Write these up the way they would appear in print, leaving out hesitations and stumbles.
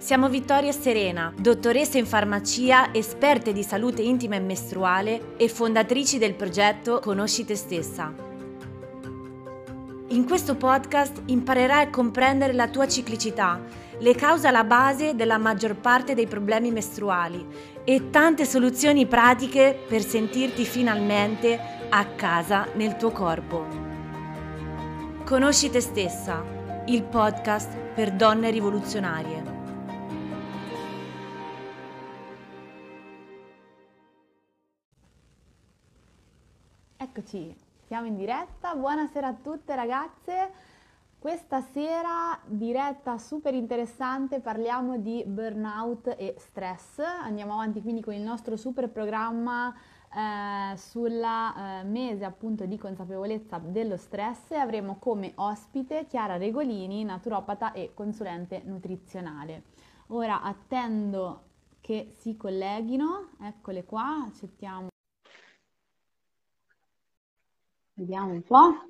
Siamo Vittoria e Serena, dottoresse in farmacia, esperte di salute intima e mestruale e fondatrici del progetto Conosci te stessa. In questo podcast imparerai a comprendere la tua ciclicità, le cause alla base della maggior parte dei problemi mestruali e tante soluzioni pratiche per sentirti finalmente a casa nel tuo corpo. Conosci te stessa, il podcast per donne rivoluzionarie. Eccoci, siamo in diretta. Buonasera a tutte ragazze. Questa sera diretta super interessante, parliamo di burnout e stress. Andiamo avanti quindi con il nostro super programma sulla mese appunto di consapevolezza dello stress e avremo come ospite Chiara Regolini, naturopata e consulente nutrizionale. Ora attendo che si colleghino, eccole qua, accettiamo. Vediamo un po'.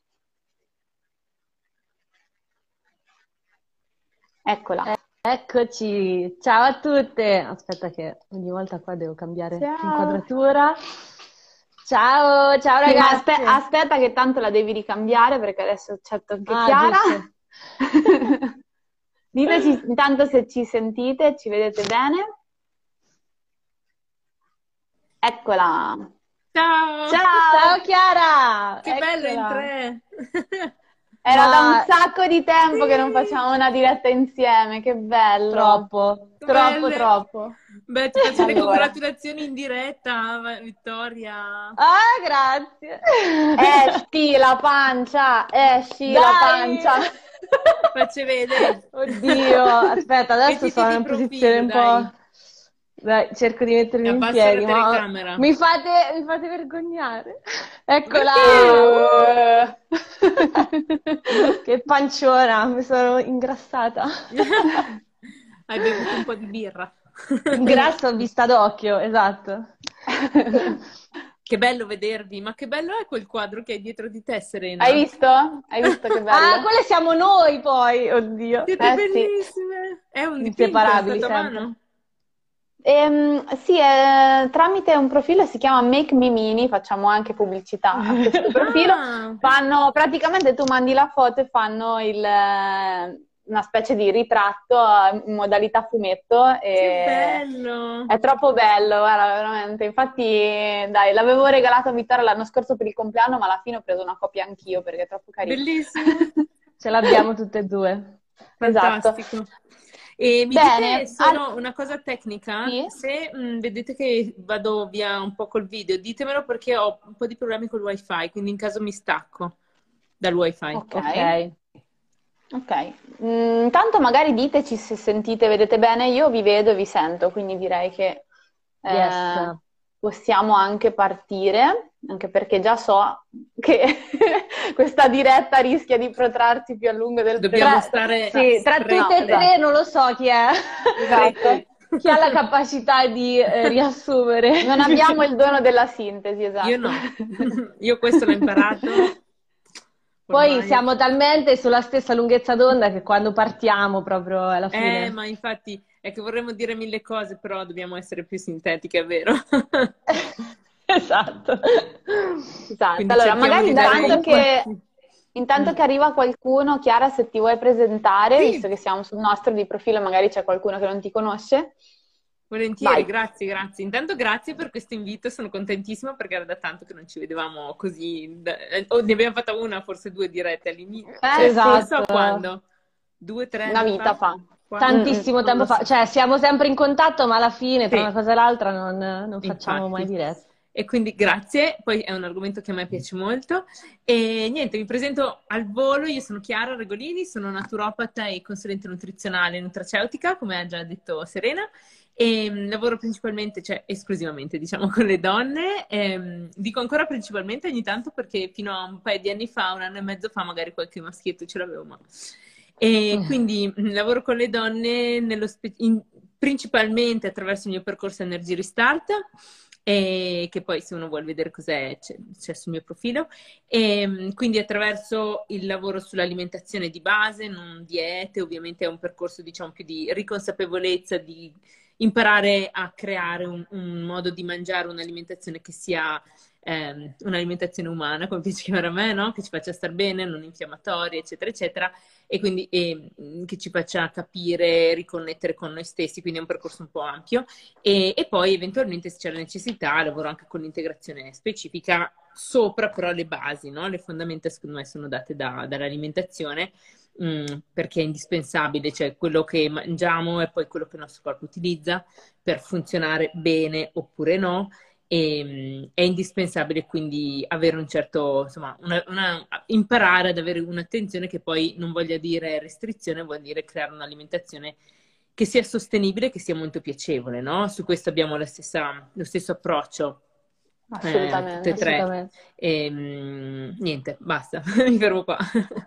Eccola. Eccoci, ciao a tutte. Aspetta che ogni volta qua devo cambiare Ciao. inquadratura. Ciao, ciao Sì, ma ragazzi. aspetta che tanto la devi ricambiare perché adesso c'è anche Chiara. Giusto. Diteci intanto se ci sentite, ci vedete bene. Eccola. Ciao! Ciao Chiara! Che bello in Eccola. tre! Era da un sacco di tempo che non facciamo una diretta insieme, che bello. Troppo, Belle. troppo. Beh, ti faccio le Allora. congratulazioni in diretta, Vittoria. Ah, grazie. Esci la pancia, esci la Dai! pancia. Facci vedere. Oddio, aspetta, adesso Mettiti sono di in profilo, posizione un dai. po'. Dai, cerco di mettermi in Abbassa piedi, la ma telecamera. mi fate vergognare. Eccola! Che panciona, mi sono ingrassata. Hai bevuto un po' di birra. Ingrasso a vista d'occhio, esatto. Che bello vedervi, ma che bello è quel quadro che hai dietro di te, Serena? Hai visto? Hai visto che bello? Ah, quelle siamo noi poi, oddio. Siete sì. bellissime. È un dipinto, è Inseparabili fatto a sempre. mano? Sì, tramite un profilo si chiama Make Me Mini, facciamo anche pubblicità a questo profilo. Ah. Fanno, praticamente tu mandi la foto e fanno una specie di ritratto in modalità fumetto. Che bello! È troppo bello, guarda, veramente. Infatti, dai, l'avevo regalato a Vittoria l'anno scorso per il compleanno, ma alla fine ho preso una copia anch'io perché è troppo carino. Bellissimo! Ce l'abbiamo tutte e due. Esatto. Fantastico. E mi Bene, dite solo una cosa tecnica? Sì? Se vedete che vado via un po' col video, ditemelo perché ho un po' di problemi col wifi, quindi in caso mi stacco dal wifi. Ok. Intanto magari diteci se sentite, vedete bene, io vi vedo e vi sento, quindi direi che Yes. possiamo anche partire, anche perché già so che questa diretta rischia di protrarsi più a lungo del Dobbiamo previsto. stare Sì, tra stretti. tutte e tre non lo so chi è. Esatto. Chi ha la capacità di riassumere. Non abbiamo il dono della sintesi, esatto. Io no, io questo l'ho imparato. Poi ormai. siamo talmente sulla stessa lunghezza d'onda che quando partiamo proprio alla fine. Ma infatti è che vorremmo dire mille cose, però dobbiamo essere più sintetiche, è vero? Esatto. Esatto. Quindi Allora, cerchiamo magari di dare intanto che arriva qualcuno, Chiara, se ti vuoi presentare, Sì. visto che siamo sul nostro di profilo, magari c'è qualcuno che non ti conosce. Volentieri, Vai. grazie. Intanto grazie per questo invito, sono contentissima perché era da tanto che non ci vedevamo così. Ne abbiamo fatta una, forse due dirette all'inizio. Esatto. Non so quando. 2, 3 Una anni vita fa. Tantissimo tempo fa, cioè siamo sempre in contatto, ma alla fine tra Sì. una cosa e l'altra non facciamo Infatti. mai dirette. E quindi grazie, poi è un argomento che a me piace molto. E niente, mi presento al volo, io sono Chiara Regolini, sono naturopata e consulente nutrizionale e nutraceutica, come ha già detto Serena, e lavoro principalmente, cioè esclusivamente, diciamo, con le donne. Dico ancora principalmente ogni tanto perché fino a un paio di anni fa, un anno e mezzo fa, magari qualche maschietto ce l'avevo, ma... E quindi lavoro con le donne principalmente attraverso il mio percorso Energy Restart e che poi se uno vuole vedere cos'è c'è sul mio profilo. E quindi attraverso il lavoro sull'alimentazione di base, non diete, ovviamente è un percorso diciamo più di riconsapevolezza, di imparare a creare un modo di mangiare un'alimentazione che sia un'alimentazione umana, come piace chiamare a me, no? Che ci faccia star bene, non infiammatoria, eccetera, eccetera, e quindi che ci faccia capire, riconnettere con noi stessi, quindi è un percorso un po' ampio. E poi eventualmente se c'è la necessità lavoro anche con l'integrazione specifica sopra però le basi, no? Le fondamenta secondo me sono date dall'alimentazione, perché è indispensabile, cioè quello che mangiamo è poi quello che il nostro corpo utilizza per funzionare bene oppure no. E, è indispensabile quindi avere un certo, insomma, imparare ad avere un'attenzione che poi non voglia dire restrizione, vuol dire creare un'alimentazione che sia sostenibile, che sia molto piacevole, no? Su questo abbiamo lo stesso approccio, tutte Assolutamente, e tre. assolutamente. Niente, basta, mi fermo qua.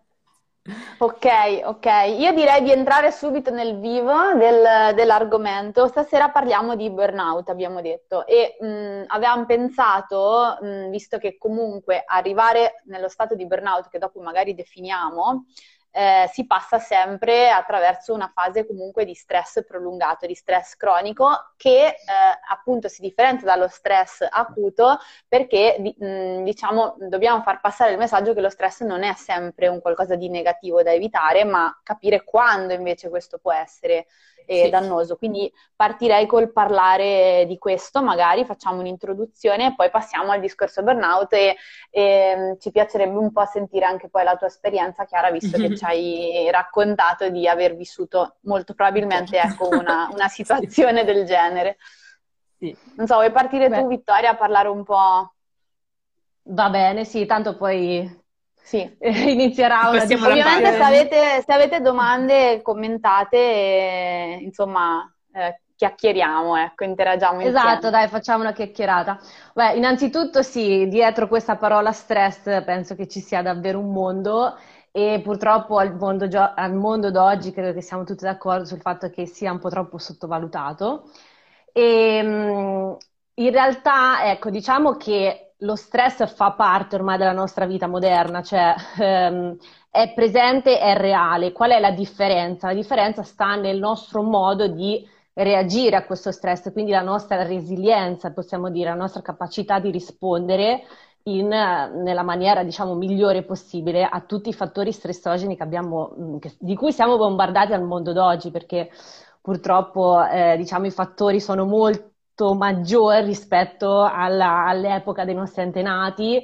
Ok, ok. Io direi di entrare subito nel vivo dell'argomento. Stasera parliamo di burnout, abbiamo detto, e avevamo pensato, visto che comunque arrivare nello stato di burnout, che dopo magari definiamo, si passa sempre attraverso una fase comunque di stress prolungato, di stress cronico, che appunto si differenzia dallo stress acuto, perché diciamo dobbiamo far passare il messaggio che lo stress non è sempre un qualcosa di negativo da evitare, ma capire quando invece questo può essere dannoso. Quindi partirei col parlare di questo, magari facciamo un'introduzione e poi passiamo al discorso burnout e ci piacerebbe un po' sentire anche poi la tua esperienza, Chiara, visto che ci hai raccontato di aver vissuto molto probabilmente ecco, una situazione del genere. Sì. Non so, vuoi partire tu, Vittoria, a parlare un po'? Va bene, sì, tanto poi Sì. inizierà una Passiamo alla discussione. Ovviamente se avete domande commentate e insomma chiacchieriamo, ecco, interagiamo Esatto, insieme. dai, facciamo una chiacchierata. Beh, innanzitutto sì, dietro questa parola stress penso che ci sia davvero un mondo e purtroppo al mondo d'oggi credo che siamo tutti d'accordo sul fatto che sia un po' troppo sottovalutato. E, in realtà, ecco, diciamo che lo stress fa parte ormai della nostra vita moderna, cioè è presente, è reale. Qual è la differenza? La differenza sta nel nostro modo di reagire a questo stress, quindi la nostra resilienza, possiamo dire, la nostra capacità di rispondere nella maniera, diciamo, migliore possibile a tutti i fattori stressogeni che abbiamo, di cui siamo bombardati al mondo d'oggi, perché purtroppo, diciamo, i fattori sono molto maggiori rispetto all'epoca dei nostri antenati.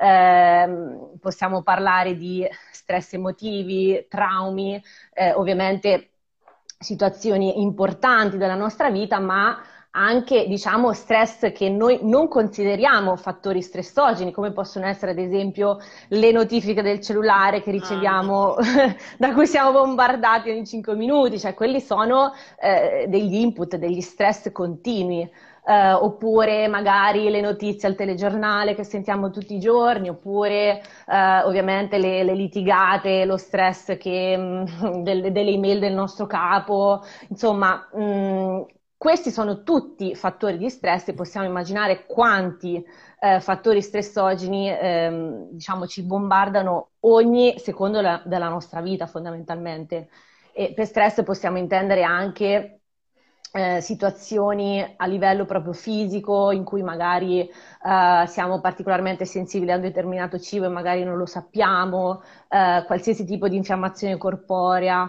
Possiamo parlare di stress emotivi, traumi, ovviamente situazioni importanti della nostra vita, ma anche, diciamo, stress che noi non consideriamo fattori stressogeni, come possono essere, ad esempio, le notifiche del cellulare che riceviamo, da cui siamo bombardati ogni 5 minuti, cioè quelli sono degli input, degli stress continui. Oppure magari le notizie al telegiornale che sentiamo tutti i giorni, oppure ovviamente le litigate, lo stress delle email del nostro capo, insomma, questi sono tutti fattori di stress e possiamo immaginare quanti fattori stressogeni diciamo, ci bombardano ogni secondo della nostra vita fondamentalmente. E per stress possiamo intendere anche situazioni a livello proprio fisico in cui magari siamo particolarmente sensibili a un determinato cibo e magari non lo sappiamo, qualsiasi tipo di infiammazione corporea,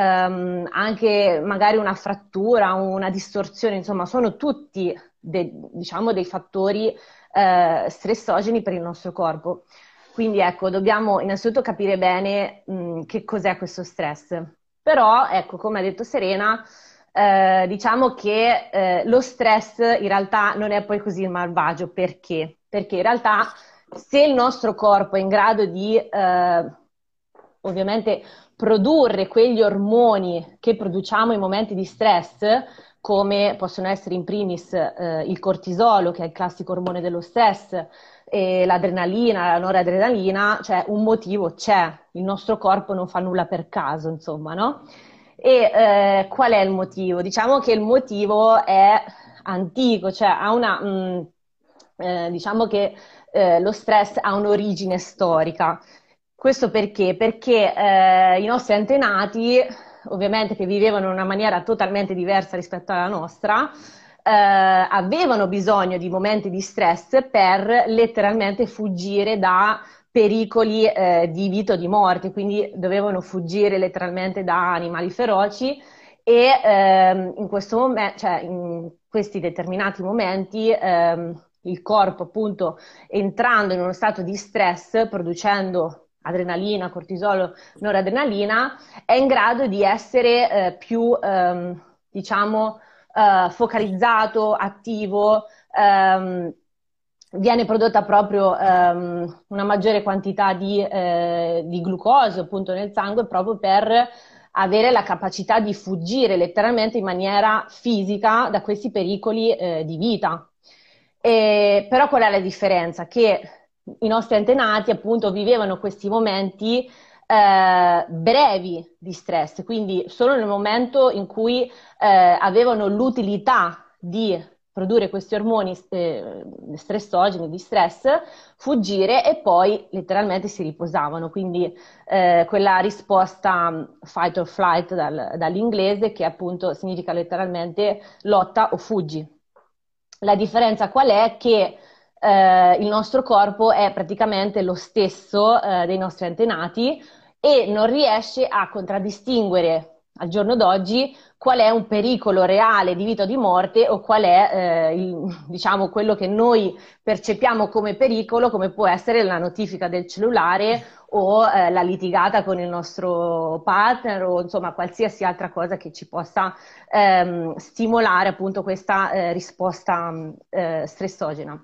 anche magari una frattura, una distorsione, insomma, sono tutti diciamo, dei fattori stressogeni per il nostro corpo. Quindi ecco, dobbiamo innanzitutto capire bene che cos'è questo stress. Però, ecco, come ha detto Serena, diciamo che lo stress in realtà non è poi così malvagio. Perché? Perché in realtà se il nostro corpo è in grado di ovviamente produrre quegli ormoni che produciamo in momenti di stress, come possono essere in primis il cortisolo, che è il classico ormone dello stress, e l'adrenalina, la noradrenalina, cioè un motivo c'è, il nostro corpo non fa nulla per caso, insomma, no? E qual è il motivo? Diciamo che il motivo è antico, cioè ha diciamo che lo stress ha un'origine storica. Questo perché? Perché i nostri antenati, ovviamente che vivevano in una maniera totalmente diversa rispetto alla nostra, avevano bisogno di momenti di stress per letteralmente fuggire da pericoli di vita o di morte, quindi dovevano fuggire letteralmente da animali feroci e in questi determinati momenti il corpo, appunto, entrando in uno stato di stress, producendo adrenalina, cortisolo, noradrenalina, è in grado di essere più, diciamo, focalizzato, attivo, viene prodotta proprio una maggiore quantità di glucosio appunto nel sangue proprio per avere la capacità di fuggire letteralmente in maniera fisica da questi pericoli di vita. Però qual è la differenza? Che i nostri antenati appunto vivevano questi momenti brevi di stress, quindi solo nel momento in cui avevano l'utilità di produrre questi ormoni stressogeni, di stress, fuggire e poi letteralmente si riposavano. Quindi quella risposta fight or flight dall'inglese che appunto significa letteralmente lotta o fuggi. La differenza qual è? Che il nostro corpo è praticamente lo stesso dei nostri antenati e non riesce a contraddistinguere al giorno d'oggi qual è un pericolo reale di vita o di morte o qual è diciamo quello che noi percepiamo come pericolo, come può essere la notifica del cellulare o la litigata con il nostro partner o insomma qualsiasi altra cosa che ci possa stimolare appunto questa risposta stressogena.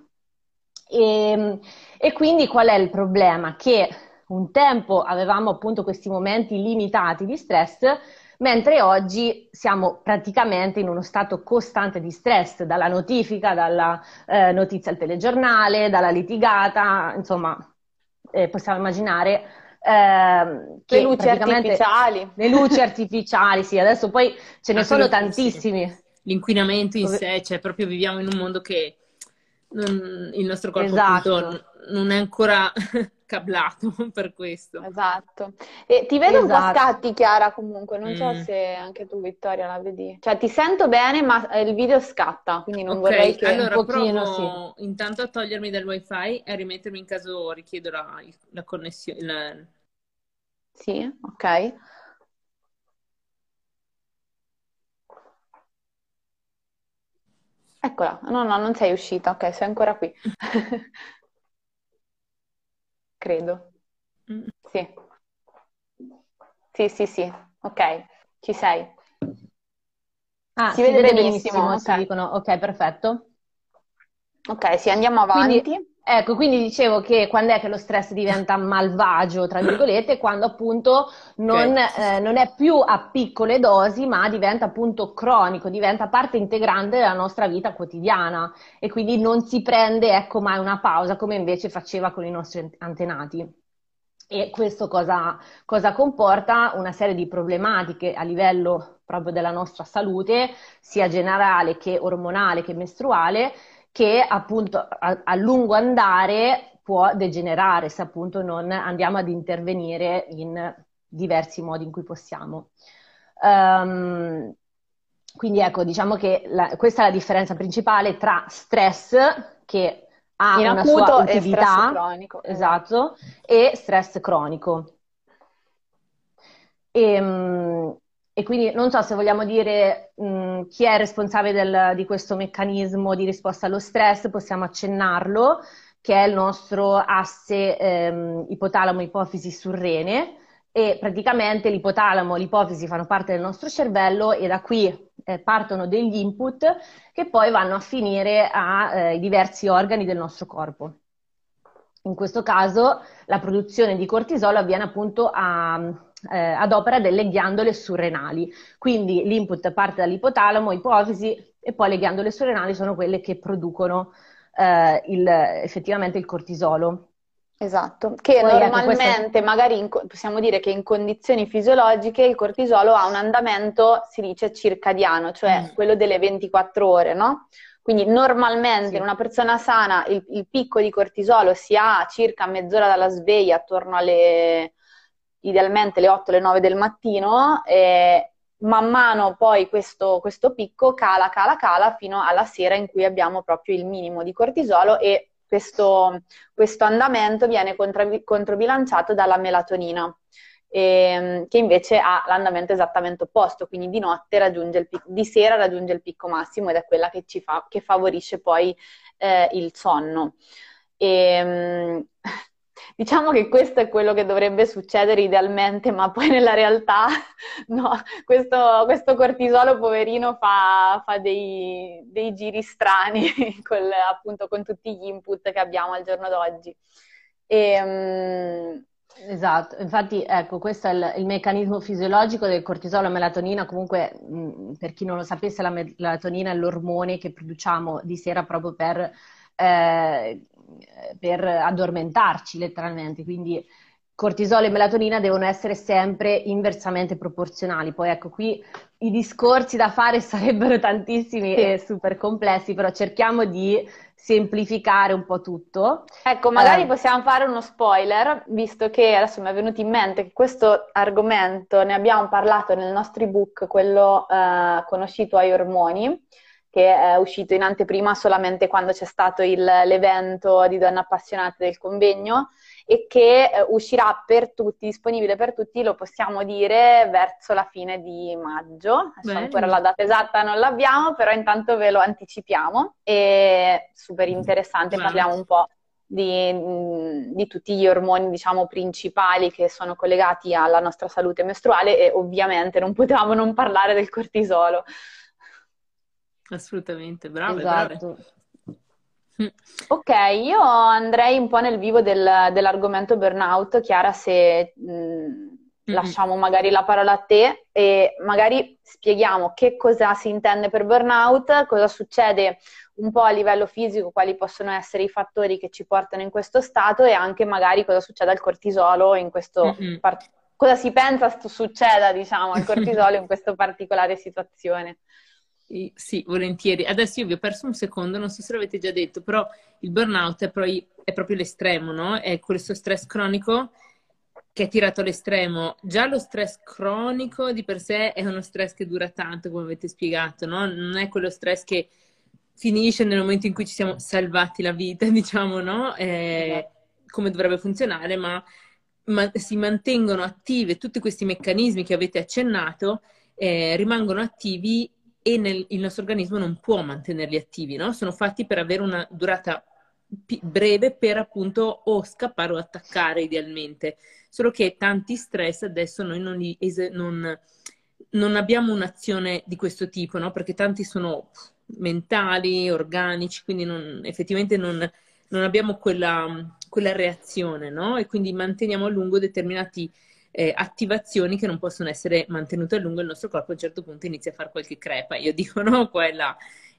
E quindi qual è il problema? Che un tempo avevamo appunto questi momenti limitati di stress, mentre oggi siamo praticamente in uno stato costante di stress, dalla notifica, dalla notizia al telegiornale, dalla litigata, insomma, possiamo immaginare che Le luci artificiali. le luci artificiali, sì, adesso poi ce ne sono tantissimi. Sì. L'inquinamento in sé, cioè proprio viviamo in un mondo che il nostro corpo Esatto. appunto non è ancora cablato per questo. Esatto. E ti vedo un po' Esatto. scatti, Chiara, comunque, non so se anche tu, Vittoria, la vedi. Cioè, ti sento bene, ma il video scatta, quindi non vorrei Ok, che... allora Un pochino, provo intanto a togliermi dal wifi e a rimettermi in caso richiedo la connessione. Sì, ok. Eccola. No, no, non sei uscita. Ok, sei ancora qui. Credo. Mm. Sì. Sì, sì, sì. Ok, ci sei. Ah, Si si vede vede benissimo, benissimo, si ok. dicono, ok, perfetto. Ok, sì, andiamo Quindi, avanti. ecco, quindi dicevo che quando è che lo stress diventa malvagio, tra virgolette, quando appunto non è più a piccole dosi, ma diventa appunto cronico, diventa parte integrante della nostra vita quotidiana e quindi non si prende, ecco, mai una pausa come invece faceva con i nostri antenati. E questo cosa comporta? Una serie di problematiche a livello proprio della nostra salute, sia generale che ormonale che mestruale, che appunto a lungo andare può degenerare se appunto non andiamo ad intervenire in diversi modi in cui possiamo. Quindi ecco, diciamo che questa è la differenza principale tra stress, che ha In una sua acuto e stress utilità, cronico. esatto, e stress cronico. E quindi non so se vogliamo dire chi è responsabile di questo meccanismo di risposta allo stress, possiamo accennarlo, che è il nostro asse ipotalamo-ipofisi surrene, e praticamente l'ipotalamo e l'ipofisi fanno parte del nostro cervello e da qui partono degli input che poi vanno a finire ai diversi organi del nostro corpo. In questo caso la produzione di cortisolo avviene appunto ad opera delle ghiandole surrenali, quindi l'input parte dall'ipotalamo, ipofisi e poi le ghiandole surrenali sono quelle che producono effettivamente il cortisolo. Esatto, che Poi, ecco, normalmente magari possiamo dire che in condizioni fisiologiche il cortisolo ha un andamento, si dice circadiano, cioè quello delle 24 ore, no? Quindi normalmente Sì. in una persona sana il picco di cortisolo si ha a circa mezz'ora dalla sveglia, attorno alle idealmente le 8, le 9 del mattino, e man mano poi questo picco cala fino alla sera in cui abbiamo proprio il minimo di cortisolo e questo andamento viene controbilanciato dalla melatonina, che invece ha l'andamento esattamente opposto, quindi di notte di sera raggiunge il picco massimo ed è quella che favorisce poi il sonno. E, diciamo che questo è quello che dovrebbe succedere idealmente, ma poi nella realtà no, questo cortisolo poverino fa dei giri strani appunto con tutti gli input che abbiamo al giorno d'oggi. E, Esatto, infatti ecco, questo è il meccanismo fisiologico del cortisolo e melatonina. Comunque, per chi non lo sapesse, la melatonina è l'ormone che produciamo di sera proprio per addormentarci letteralmente, quindi cortisolo e melatonina devono essere sempre inversamente proporzionali. Poi ecco, qui i discorsi da fare sarebbero tantissimi sì. e super complessi, però cerchiamo di semplificare un po' tutto. Ecco, magari possiamo fare uno spoiler, visto che adesso mi è venuto in mente che questo argomento ne abbiamo parlato nel nostro ebook, quello Conosci i tuoi ormoni, che è uscito in anteprima solamente quando c'è stato l'evento di Donne Appassionate del convegno e che uscirà per tutti, disponibile per tutti, lo possiamo dire, verso la fine di maggio. Adesso ancora la data esatta non l'abbiamo, però intanto ve lo anticipiamo. E super interessante, parliamo un po' di tutti gli ormoni, diciamo, principali che sono collegati alla nostra salute mestruale e ovviamente non potevamo non parlare del cortisolo. Assolutamente, brave, Esatto. brave. Ok, io andrei un po' nel vivo dell'argomento burnout. Chiara, se lasciamo magari la parola a te e magari spieghiamo che cosa si intende per burnout, cosa succede un po' a livello fisico, quali possono essere i fattori che ci portano in questo stato e anche magari cosa succede al cortisolo in questo cosa si pensa succeda, diciamo, al cortisolo in questa particolare situazione. Sì, volentieri. Adesso io vi ho perso un secondo, non so se l'avete già detto, però il burnout è proprio l'estremo, no? È questo stress cronico che è tirato all'estremo. Già lo stress cronico di per sé è uno stress che dura tanto, come avete spiegato, no? Non è quello stress che finisce nel momento in cui ci siamo salvati la vita, diciamo, no? Come dovrebbe funzionare, ma si mantengono attive tutti questi meccanismi che avete accennato, rimangono attivi e il nostro organismo non può mantenerli attivi, no? Sono fatti per avere una durata breve per appunto o scappare o attaccare idealmente. Solo che tanti stress adesso noi non abbiamo un'azione di questo tipo, no? Perché tanti sono mentali, organici, quindi effettivamente non abbiamo quella reazione, no? E quindi manteniamo a lungo determinati attivazioni che non possono essere mantenute a lungo. Il nostro corpo a un certo punto inizia a fare qualche crepa, io dico no, qua e là.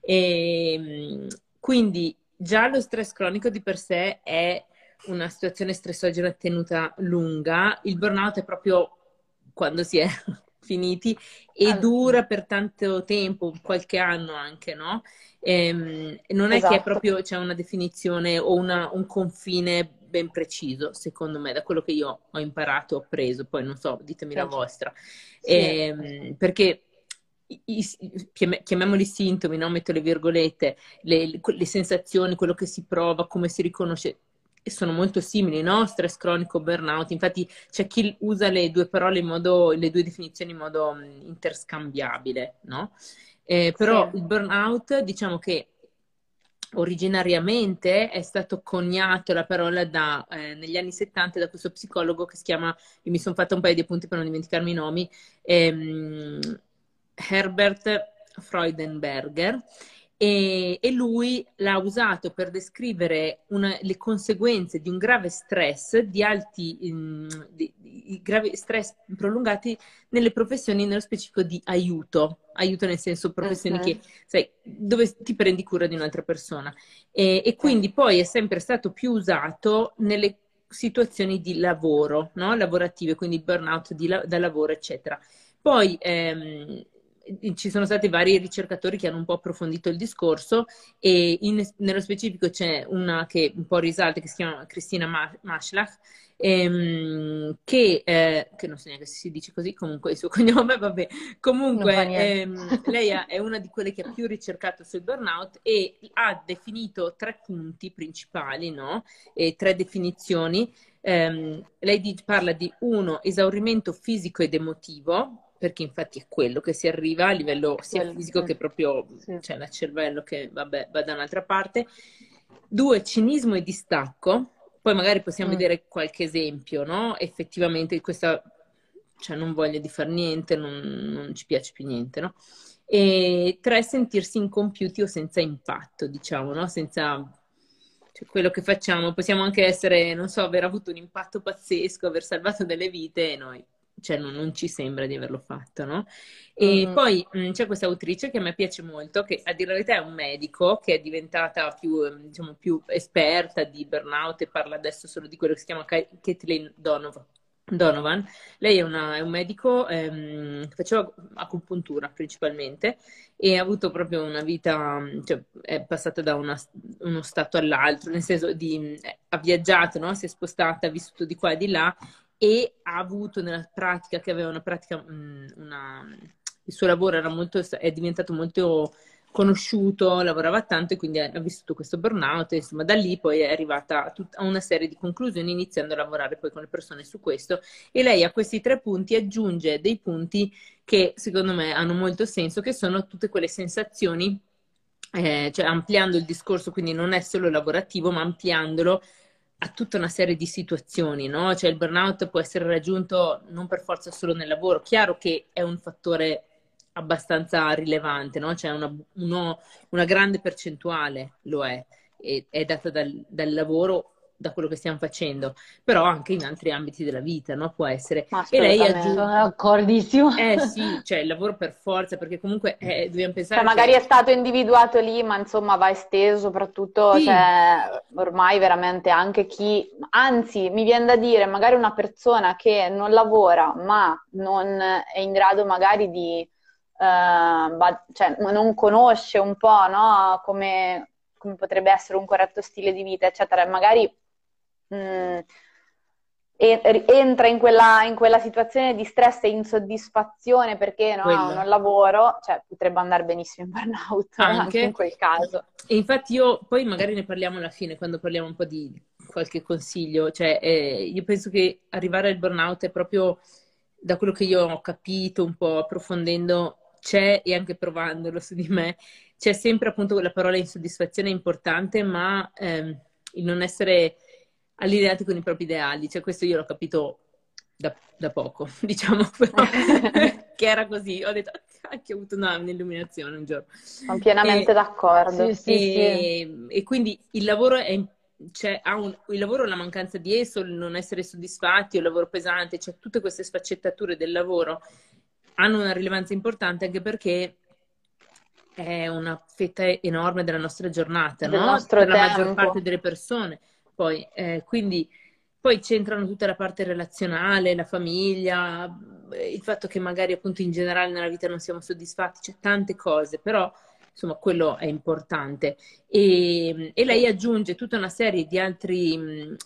Quindi già lo stress cronico di per sé è una situazione stressogena tenuta lunga. Il burnout è proprio quando si è finiti e dura per tanto tempo, qualche anno anche, no? Non è che è proprio c'è una definizione o un confine ben preciso, secondo me, da quello che io ho imparato, ho preso, poi non so, ditemi la vostra. Perché chiamiamoli sintomi, no? Metto le virgolette, le sensazioni, quello che si prova, come si riconosce, sono molto simili, no? Stress cronico, burnout. Infatti c'è chi usa le due parole le due definizioni in modo interscambiabile, no? Però il burnout, diciamo che originariamente è stato coniato la parola negli anni 70 da questo psicologo che si chiama, io mi sono fatta un paio di appunti per non dimenticarmi i nomi, Herbert Freudenberger, e lui l'ha usato per descrivere le conseguenze di un grave stress, di gravi stress prolungati nelle professioni, nello specifico di aiuto nel senso professioni che, sai, dove ti prendi cura di un'altra persona. E quindi poi è sempre stato più usato nelle situazioni di lavoro, no? Lavorative, quindi burnout da lavoro, eccetera. Poi ci sono stati vari ricercatori che hanno un po' approfondito il discorso e nello specifico c'è una che un po' risalta, che si chiama Christina Maslach, che non so neanche se si dice così, comunque il suo cognome, vabbè, comunque lei è una di quelle che ha più ricercato sul burnout e ha definito 3 punti principali, no? E 3 definizioni. Lei parla di 1, esaurimento fisico ed emotivo, perché infatti è quello che si arriva a livello sia fisico che proprio, cioè il cervello che va da un'altra parte. 2, cinismo e distacco. Poi magari possiamo vedere qualche esempio, no? Effettivamente questa, cioè non voglia di far niente, non ci piace più niente, no? E 3, sentirsi incompiuti o senza impatto, diciamo, no? Senza... Cioè, quello che facciamo, possiamo anche essere, non so, aver avuto un impatto pazzesco, aver salvato delle vite e noi, cioè non ci sembra di averlo fatto, no? E poi c'è questa autrice che a me piace molto, che a dire la verità è un medico, che è diventata più, diciamo, più esperta di burnout e parla adesso solo di quello che si chiama Caitlin Donovan. Lei è un medico che faceva acupuntura principalmente e ha avuto proprio una vita, cioè è passata da uno stato all'altro, nel senso ha viaggiato, no? Si è spostata, ha vissuto di qua e di là e ha avuto nella pratica, che aveva una pratica, il suo lavoro è diventato molto conosciuto, lavorava tanto e quindi ha vissuto questo burnout e insomma da lì poi è arrivata a una serie di conclusioni iniziando a lavorare poi con le persone su questo e lei a questi 3 punti aggiunge dei punti che secondo me hanno molto senso, che sono tutte quelle sensazioni, cioè ampliando il discorso, quindi non è solo lavorativo ma ampliandolo a tutta una serie di situazioni, no? Cioè il burnout può essere raggiunto non per forza solo nel lavoro, chiaro che è un fattore abbastanza rilevante, no? Cioè una grande percentuale lo è data dal lavoro, da quello che stiamo facendo, però anche in altri ambiti della vita, no? Può essere. E lei aggiunge... Sono d'accordissimo. Sì, cioè il lavoro per forza, perché comunque dobbiamo pensare... Cioè, magari è stato individuato lì, ma insomma va esteso soprattutto, Sì. Cioè, ormai veramente anche chi... Anzi, mi viene da dire, magari una persona che non lavora, ma non è in grado magari di... cioè, non conosce un po', no? Come potrebbe essere un corretto stile di vita, eccetera, e magari entra in quella situazione di stress e insoddisfazione perché no, non lavoro, cioè potrebbe andare benissimo in burnout anche in quel caso. E infatti io, poi magari ne parliamo alla fine, quando parliamo un po' di qualche consiglio, cioè io penso che arrivare al burnout è proprio, da quello che io ho capito un po' approfondendo, c'è, e anche provandolo su di me, c'è sempre appunto la parola insoddisfazione importante, ma il non essere allineati con i propri ideali, cioè questo io l'ho capito da poco, diciamo, però, che era così, ho detto, che ho avuto un'illuminazione un giorno. Sono pienamente d'accordo. E quindi il lavoro il lavoro, la mancanza di esso, il non essere soddisfatti, o il lavoro pesante, cioè tutte queste sfaccettature del lavoro hanno una rilevanza importante anche perché è una fetta enorme della nostra giornata, no? Per la maggior parte delle persone. Poi, quindi poi c'entrano tutta la parte relazionale, la famiglia, il fatto che magari appunto in generale nella vita non siamo soddisfatti, c'è tante cose, però insomma quello è importante. E lei aggiunge tutta una serie di altri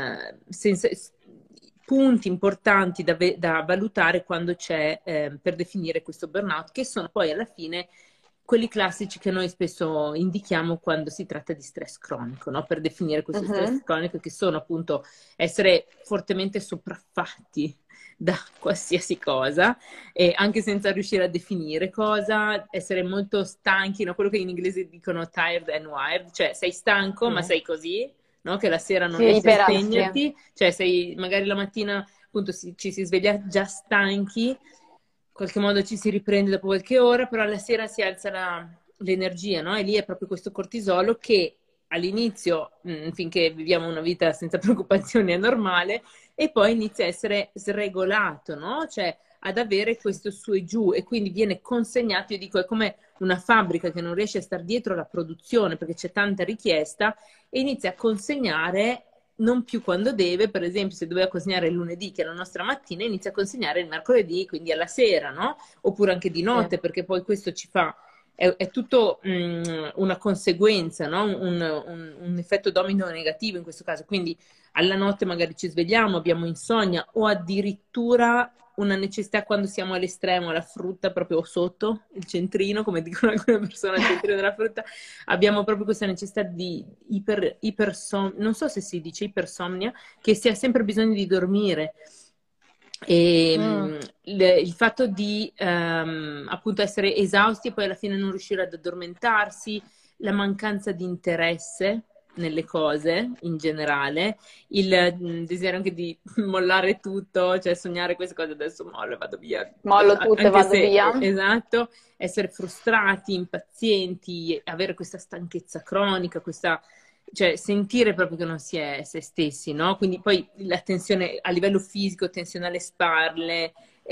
punti importanti da valutare quando c'è per definire questo burnout, che sono poi alla fine quelli classici che noi spesso indichiamo quando si tratta di stress cronico, no? Per definire questo stress cronico, che sono appunto essere fortemente sopraffatti da qualsiasi cosa, e anche senza riuscire a definire cosa, essere molto stanchi, no? Quello che in inglese dicono tired and wired, cioè sei stanco ma sei così, no? Che la sera non riesci a spegnerti, cioè sei magari la mattina appunto ci si sveglia già stanchi, in qualche modo ci si riprende dopo qualche ora, però alla sera si alza l'energia, no? E lì è proprio questo cortisolo che all'inizio, finché viviamo una vita senza preoccupazioni, è normale, e poi inizia a essere sregolato, no? Cioè ad avere questo su e giù, e quindi viene consegnato, io dico, è come una fabbrica che non riesce a star dietro alla produzione perché c'è tanta richiesta, e inizia a consegnare non più quando deve, per esempio se doveva consegnare il lunedì, che è la nostra mattina, inizia a consegnare il mercoledì, quindi alla sera, no? Oppure anche di notte, perché poi questo ci fa, è tutto una conseguenza, no? Un effetto domino negativo in questo caso, quindi alla notte magari ci svegliamo, abbiamo insonnia o addirittura una necessità quando siamo all'estremo, la frutta proprio sotto il centrino, come dicono alcune persone, al centrino della frutta, abbiamo proprio questa necessità di non so se si dice ipersomnia, che si ha sempre bisogno di dormire. E il fatto di appunto essere esausti e poi alla fine non riuscire ad addormentarsi, la mancanza di interesse nelle cose in generale, il desiderio anche di mollare tutto, cioè sognare queste cose, adesso mollo, vado via. Mollo tutto e vado via. Esatto, essere frustrati, impazienti, avere questa stanchezza cronica, cioè sentire proprio che non si è se stessi, no? Quindi poi la tensione a livello fisico, tensione alle spalle,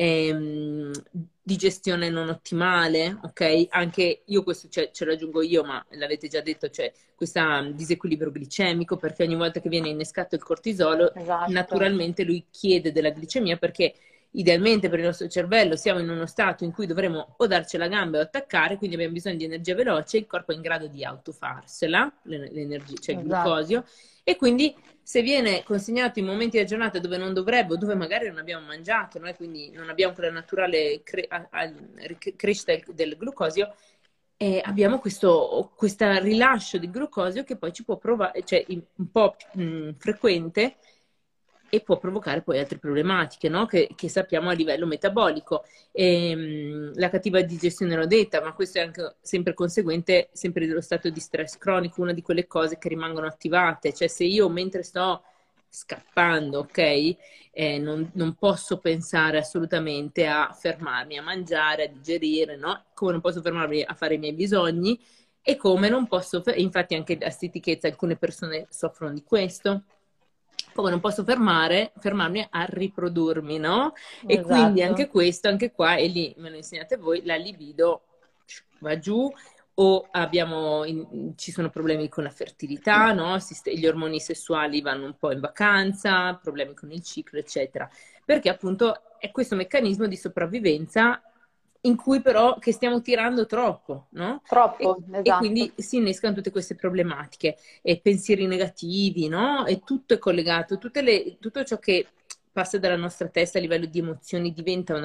digestione non ottimale, ok? Anche io questo ce lo aggiungo io, ma l'avete già detto, cioè questo disequilibrio glicemico, perché ogni volta che viene innescato il cortisolo, Esatto. naturalmente lui chiede della glicemia, perché idealmente per il nostro cervello siamo in uno stato in cui dovremo o darci la gamba o attaccare, quindi abbiamo bisogno di energia veloce, il corpo è in grado di autofarsela, l'energia, cioè il glucosio, e quindi se viene consegnato in momenti della giornata dove non dovrebbe, o dove magari non abbiamo mangiato, no? E quindi non abbiamo quella naturale crescita del glucosio, abbiamo questo rilascio di glucosio che poi ci può provare, cioè un po' frequente, e può provocare poi altre problematiche, no? Che sappiamo a livello metabolico. La cattiva digestione l'ho detta, ma questo è anche sempre conseguente sempre dello stato di stress cronico, una di quelle cose che rimangono attivate. Cioè se io mentre sto scappando, ok, non posso pensare assolutamente a fermarmi a mangiare, a digerire, no? Come non posso fermarmi a fare i miei bisogni, e come non posso, infatti anche a stitichezza alcune persone soffrono di questo, come non posso fermarmi a riprodurmi, no? E quindi anche questo, anche qua, e lì me lo insegnate voi, la libido va giù, o ci sono problemi con la fertilità, no? Gli ormoni sessuali vanno un po' in vacanza, problemi con il ciclo, eccetera. Perché appunto è questo meccanismo di sopravvivenza in cui però che stiamo tirando troppo, no? Troppo, E esatto. quindi si innescano tutte queste problematiche, e pensieri negativi, no? E tutto è collegato, tutto ciò che passa dalla nostra testa a livello di emozioni diventa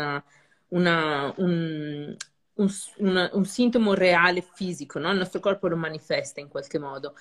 un sintomo reale fisico, no? Il nostro corpo lo manifesta in qualche modo.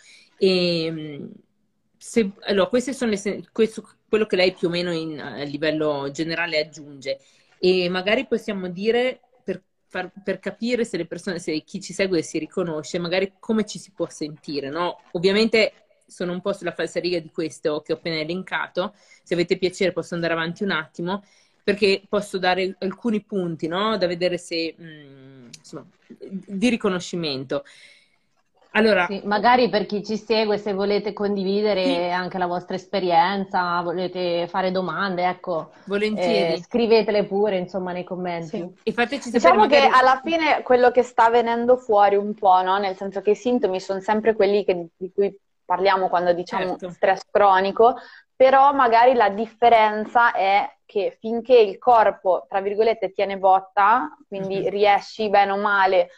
Allora, queste sono quello che lei più o meno a livello generale aggiunge, e magari possiamo dire per capire se le persone, se chi ci segue si riconosce, magari come ci si può sentire, no? Ovviamente sono un po' sulla falsariga di questo che ho appena elencato, se avete piacere posso andare avanti un attimo, perché posso dare alcuni punti, no? Da vedere se, insomma, di riconoscimento. Allora, sì, magari per chi ci segue, se volete condividere anche la vostra esperienza, volete fare domande, ecco, volentieri. Scrivetele pure, insomma, nei commenti. Sì. E fateci sapere, diciamo magari... che alla fine quello che sta venendo fuori un po', no? Nel senso che i sintomi sono sempre quelli di cui parliamo quando diciamo stress cronico, però magari la differenza è che finché il corpo, tra virgolette, tiene botta, quindi riesci bene o male,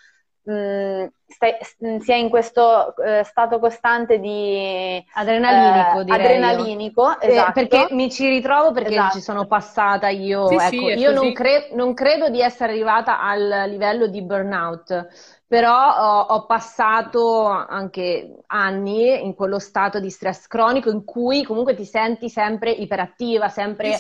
si è in questo stato costante di adrenalinico, direi adrenalinico, esatto. Perché mi ci ritrovo, perché ci sono passata io, Sì, ecco, sì, io non credo di essere arrivata al livello di burnout, però ho passato anche anni in quello stato di stress cronico in cui comunque ti senti sempre iperattiva, sempre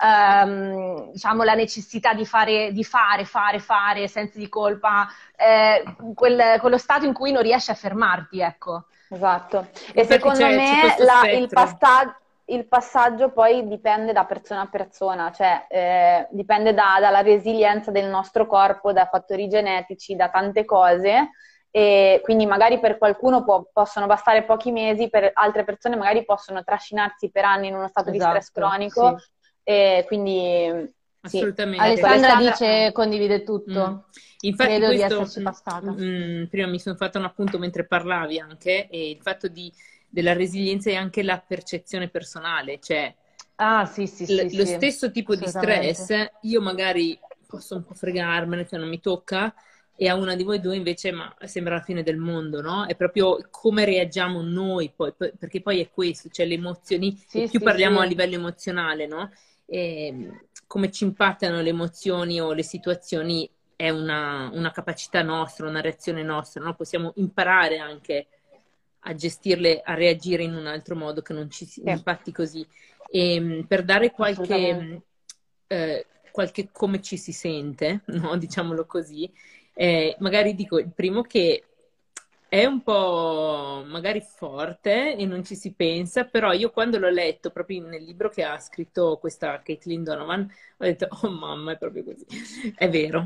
diciamo la necessità di fare, sensi di colpa, quello stato in cui non riesci a fermarti, ecco. Esatto. E secondo me il passaggio poi dipende da persona a persona, cioè dipende dalla resilienza del nostro corpo, da fattori genetici, da tante cose, e quindi magari per qualcuno possono bastare pochi mesi, per altre persone magari possono trascinarsi per anni in uno stato di stress cronico, e quindi assolutamente. Alessandra dice condivide tutto. Infatti credo questo, di esserci passata. Prima mi sono fatta un appunto mentre parlavi anche, e il fatto di della resilienza è anche la percezione personale, cioè Ah, sì, sì, sì, lo sì, stesso tipo di assolutamente. stress, io magari posso un po' fregarmene, cioè non mi tocca, e a una di voi due invece ma sembra la fine del mondo, no? È proprio come reagiamo noi perché poi è questo, cioè le emozioni, e Sì, più sì, parliamo a sì, livello emozionale, no? Come ci impattano le emozioni o le situazioni è una capacità nostra, una reazione nostra, no? Possiamo imparare anche a gestirle, a reagire in un altro modo che non ci sì, impatti così. Per dare assolutamente. qualche come ci si sente, no? Diciamolo così, magari dico il primo che è un po' magari forte e non ci si pensa, però io quando l'ho letto proprio nel libro che ha scritto questa Caitlin Donovan, ho detto, oh mamma, è proprio così. È vero.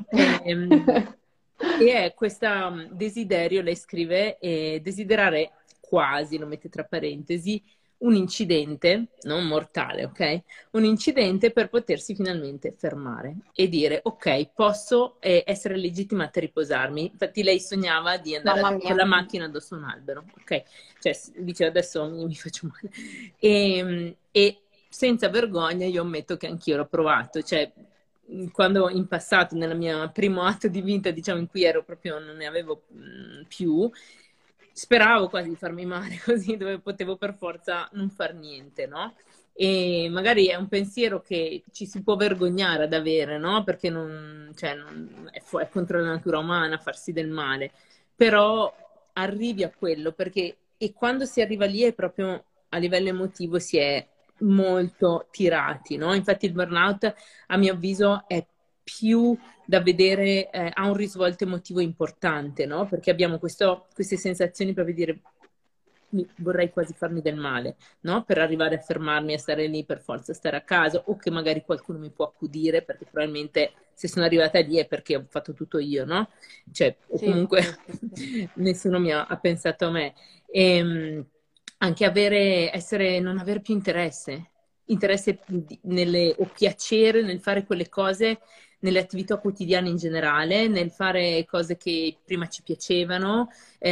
E è questo desiderio, lei scrive, desiderare quasi, lo mette tra parentesi, un incidente, non mortale, ok? Un incidente per potersi finalmente fermare e dire, ok, posso essere legittimata a riposarmi. Infatti lei sognava di Mamma andare con mia. la macchina addosso a un albero, ok? Cioè, dice, adesso mi faccio male. E senza vergogna io ammetto che anch'io l'ho provato, cioè quando in passato, nel mio primo atto di vita, diciamo, in cui ero proprio, non ne avevo più, speravo quasi di farmi male, così dove potevo per forza non far niente, no? E magari è un pensiero che ci si può vergognare ad avere, no? Perché cioè, è contro la natura umana farsi del male, però arrivi a quello, perché e quando si arriva lì è proprio a livello emotivo si è molto tirati, no? Infatti il burnout a mio avviso è più da vedere, ha un risvolto emotivo importante, no? Perché abbiamo queste sensazioni proprio di dire vorrei quasi farmi del male, no? Per arrivare a fermarmi, a stare lì per forza, stare a casa, o che magari qualcuno mi può accudire, perché probabilmente se sono arrivata lì è perché ho fatto tutto io, no? Cioè, o Sì, comunque sì, sì, sì. nessuno ha pensato a me. Anche non avere più interesse o piacere nel fare quelle cose, nelle attività quotidiane in generale, nel fare cose che prima ci piacevano,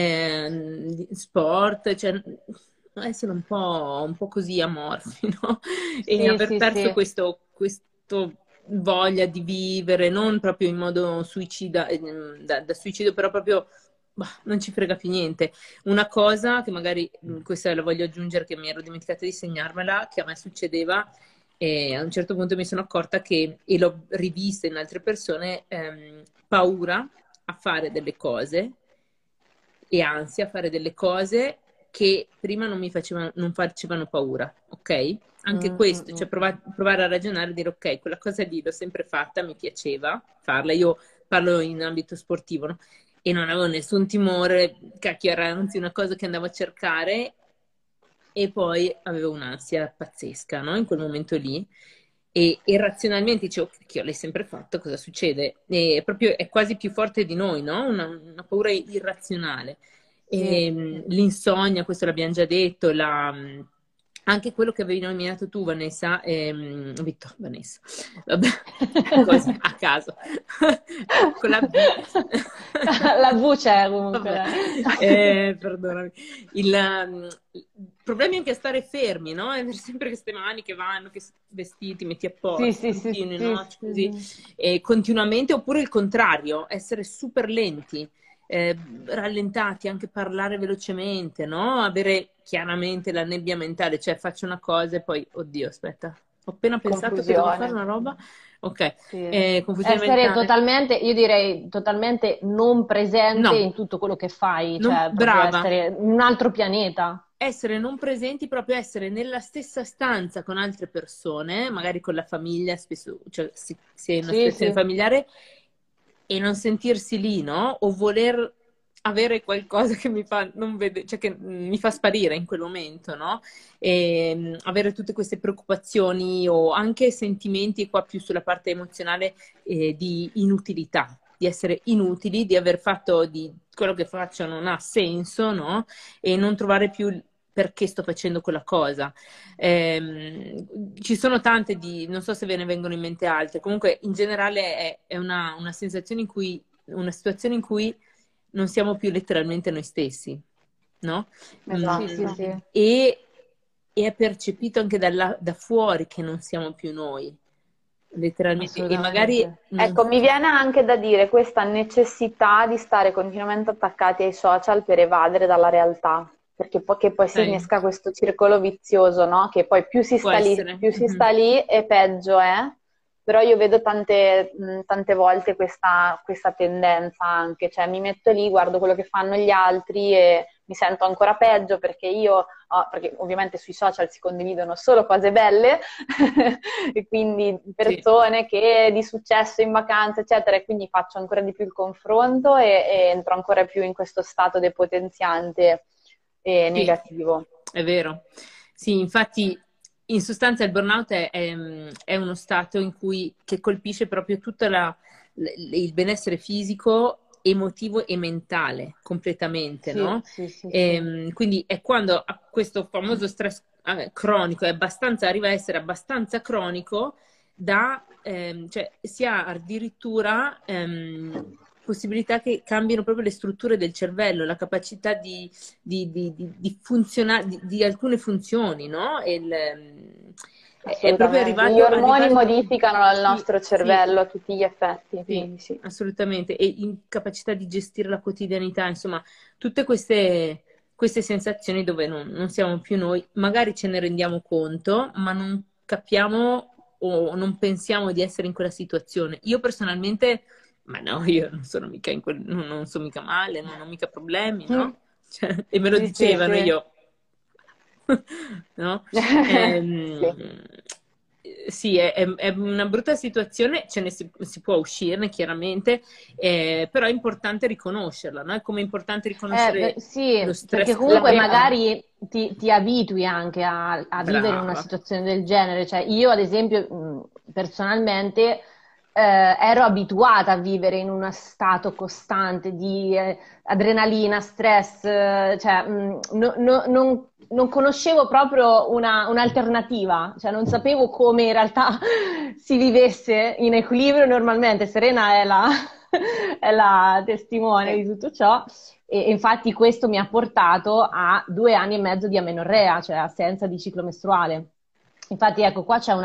sport, cioè essere un po' così amorfi, no? E Sì, aver sì, perso sì. questo voglia di vivere, non proprio in modo da suicidio, però proprio bah, non ci frega più niente. Una cosa che magari, questa la voglio aggiungere, che mi ero dimenticata di segnarmela, che a me succedeva, e a un certo punto mi sono accorta che, e l'ho rivista in altre persone, paura a fare delle cose e ansia a fare delle cose che prima non facevano paura, ok? Anche Mm, mm, questo, cioè mm. provare a ragionare e dire ok, quella cosa lì l'ho sempre fatta, mi piaceva farla, io parlo in ambito sportivo, no? E non avevo nessun timore, cacchio, era anzi una cosa che andavo a cercare e poi avevo un'ansia pazzesca, no? In quel momento lì. E razionalmente dicevo, che l'hai sempre fatto, cosa succede? E proprio è quasi più forte di noi, no? Una paura irrazionale. Sì, L'insonnia, questo l'abbiamo già detto, anche quello che avevi nominato tu, Vanessa, Vanessa, vabbè, così, a caso, con la B. la voce è comunque. Vabbè, perdonami. Il problema è anche a stare fermi, no? Avere sempre queste mani che vanno, che vestiti, metti a Sì, posto, sì, sì, continui, sì, no? Così, sì, sì. e continuamente, oppure il contrario, essere super lenti, rallentati, anche parlare velocemente, no? Avere chiaramente la nebbia mentale, cioè faccio una cosa e poi, oddio, aspetta, ho appena pensato che devo fare Confusione. una roba, ok, Sì. confusione Essere mentale. totalmente, io direi totalmente non presente No, in tutto quello che fai, cioè proprio brava. essere in un altro pianeta. Essere non presenti, proprio essere nella stessa stanza con altre persone, magari con la famiglia, spesso, cioè si è in una Sì, situazione sì, familiare e non sentirsi lì, no? O voler avere qualcosa che mi fa non cioè che mi fa sparire in quel momento, no? E avere tutte queste preoccupazioni o anche sentimenti, e qua più sulla parte emozionale, di inutilità, di essere inutili, di aver fatto di quello che faccio non ha senso, no? E non trovare più perché sto facendo quella cosa. Ci sono tante non so se ve ne vengono in mente altre, comunque in generale è una sensazione in cui, una situazione in cui non siamo più letteralmente noi stessi, no? Esatto. Sì. E è percepito anche da fuori che non siamo più noi, letteralmente. E magari Assolutamente. Ecco, mi viene anche da dire questa necessità di stare continuamente attaccati ai social per evadere dalla realtà, perché poi si Sai, innesca questo circolo vizioso, no? Che poi più si può sta lì, essere. più si sta lì e peggio è. Però io vedo tante volte questa tendenza anche, cioè mi metto lì, guardo quello che fanno gli altri e mi sento ancora peggio perché perché ovviamente sui social si condividono solo cose belle e quindi Sì. persone che di successo in vacanza, eccetera, e quindi faccio ancora di più il confronto e entro ancora più in questo stato depotenziante e Sì, negativo. è vero. Sì, infatti, in sostanza il burnout è uno stato che colpisce proprio tutto il benessere fisico, emotivo e mentale, completamente, no? Sì. Quindi è quando questo famoso stress cronico arriva a essere abbastanza cronico cioè si ha addirittura possibilità che cambino proprio le strutture del cervello, la capacità di funzionare, di alcune funzioni, no? È proprio Assolutamente. Gli ormoni arrivato modificano il sì, nostro sì, cervello a tutti gli effetti, sì, quindi sì. assolutamente. E incapacità di gestire la quotidianità, insomma, tutte queste sensazioni dove non siamo più noi, magari ce ne rendiamo conto, ma non capiamo o non pensiamo di essere in quella situazione. Io personalmente, ma no, io non sono mica non sono mica male, non ho mica problemi, no? Cioè, e me lo dicevano Sì. io. No? Ehm, sì, è una brutta situazione, si può uscirne chiaramente, però è importante riconoscerla, no? È come è importante riconoscere lo Sì, perché stress comunque La- cronico. magari ti abitui anche a vivere in una Brava. situazione del genere. Cioè, io, ad esempio, personalmente, ero abituata a vivere in uno stato costante di adrenalina, stress, cioè, non conoscevo proprio un'alternativa, cioè non sapevo come in realtà si vivesse in equilibrio normalmente. Serena è la testimone sì. di tutto ciò. E infatti questo mi ha portato a 2 anni e mezzo di amenorrea, cioè assenza di ciclo mestruale. Infatti, ecco, qua c'è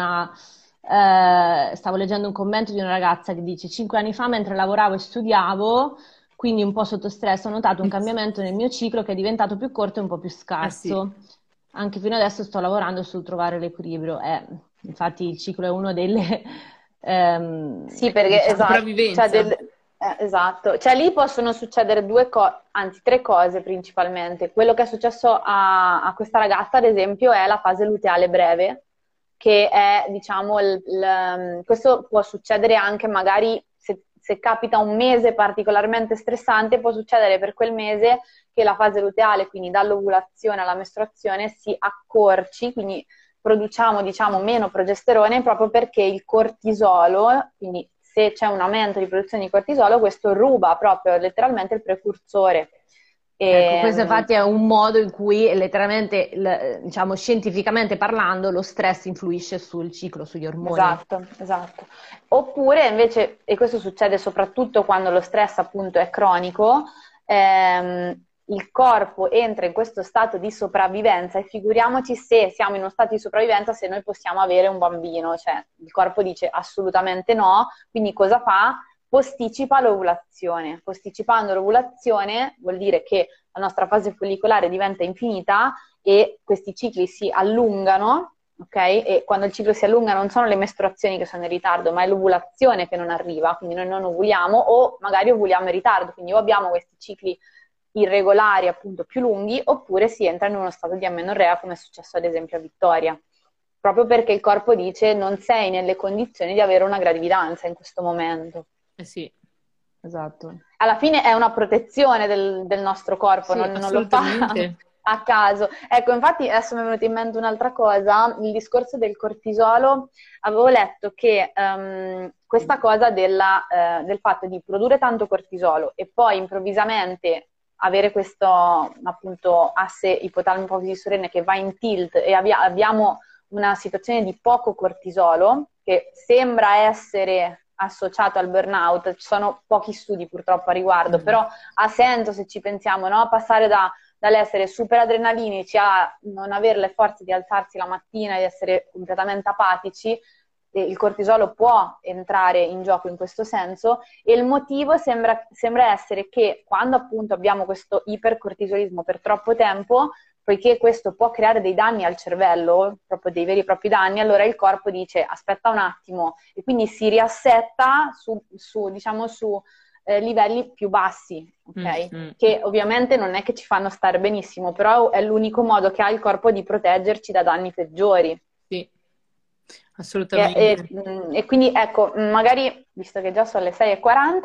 stavo leggendo un commento di una ragazza che dice: 5 anni fa, mentre lavoravo e studiavo, quindi un po' sotto stress, ho notato un cambiamento nel mio ciclo che è diventato più corto e un po' più Ah sì, scarso. Anche fino adesso sto lavorando sul trovare l'equilibrio. Infatti il ciclo è uno delle, Sì, perché diciamo, sopravvivenza. esatto, cioè lì possono succedere anzi tre cose principalmente. Quello che è successo a questa ragazza, ad esempio, è la fase luteale breve, che è, diciamo, questo può succedere anche magari se capita un mese particolarmente stressante, può succedere per quel mese che la fase luteale, quindi dall'ovulazione alla mestruazione, si accorci, quindi produciamo, diciamo, meno progesterone proprio perché il cortisolo, quindi se c'è un aumento di produzione di cortisolo, questo ruba proprio letteralmente il precursore. Ecco, questo E, infatti è un modo in cui letteralmente, diciamo, scientificamente parlando, lo stress influisce sul ciclo, sugli ormoni. esatto. Oppure invece, e questo succede soprattutto quando lo stress appunto è cronico, il corpo entra in questo stato di sopravvivenza e figuriamoci se siamo in uno stato di sopravvivenza se noi possiamo avere un bambino, cioè il corpo dice assolutamente no, quindi cosa fa? Posticipa l'ovulazione. Posticipando l'ovulazione vuol dire che la nostra fase follicolare diventa infinita e questi cicli si allungano, ok? E quando il ciclo si allunga non sono le mestruazioni che sono in ritardo, ma è l'ovulazione che non arriva, quindi noi non ovuliamo o magari ovuliamo in ritardo, quindi o abbiamo questi cicli irregolari, appunto più lunghi, oppure si entra in uno stato di amenorrea, come è successo ad esempio a Vittoria, proprio perché il corpo dice non sei nelle condizioni di avere una gravidanza in questo momento. Eh sì, Esatto. Alla fine è una protezione del nostro corpo, Sì, non lo fa assolutamente. a caso. Ecco, infatti adesso mi è venuta in mente un'altra cosa, il discorso del cortisolo, avevo letto che questa cosa del fatto di produrre tanto cortisolo e poi improvvisamente avere questo appunto asse ipotalamo-ipofisi-surrene che va in tilt e abbiamo una situazione di poco cortisolo che sembra essere associato al burnout, ci sono pochi studi purtroppo a riguardo, però ha senso se ci pensiamo, no? Passare da dall'essere super adrenalinici a non avere le forze di alzarsi la mattina e essere completamente apatici. E il cortisolo può entrare in gioco in questo senso, e il motivo sembra essere che quando appunto abbiamo questo ipercortisolismo per troppo tempo, poiché questo può creare dei danni al cervello, proprio dei veri e propri danni, allora il corpo dice aspetta un attimo, e quindi si riassetta diciamo, su livelli più bassi, ok? Che ovviamente non è che ci fanno stare benissimo, però è l'unico modo che ha il corpo di proteggerci da danni peggiori. Sì, assolutamente. E quindi ecco, magari, visto che già sono le 6:40,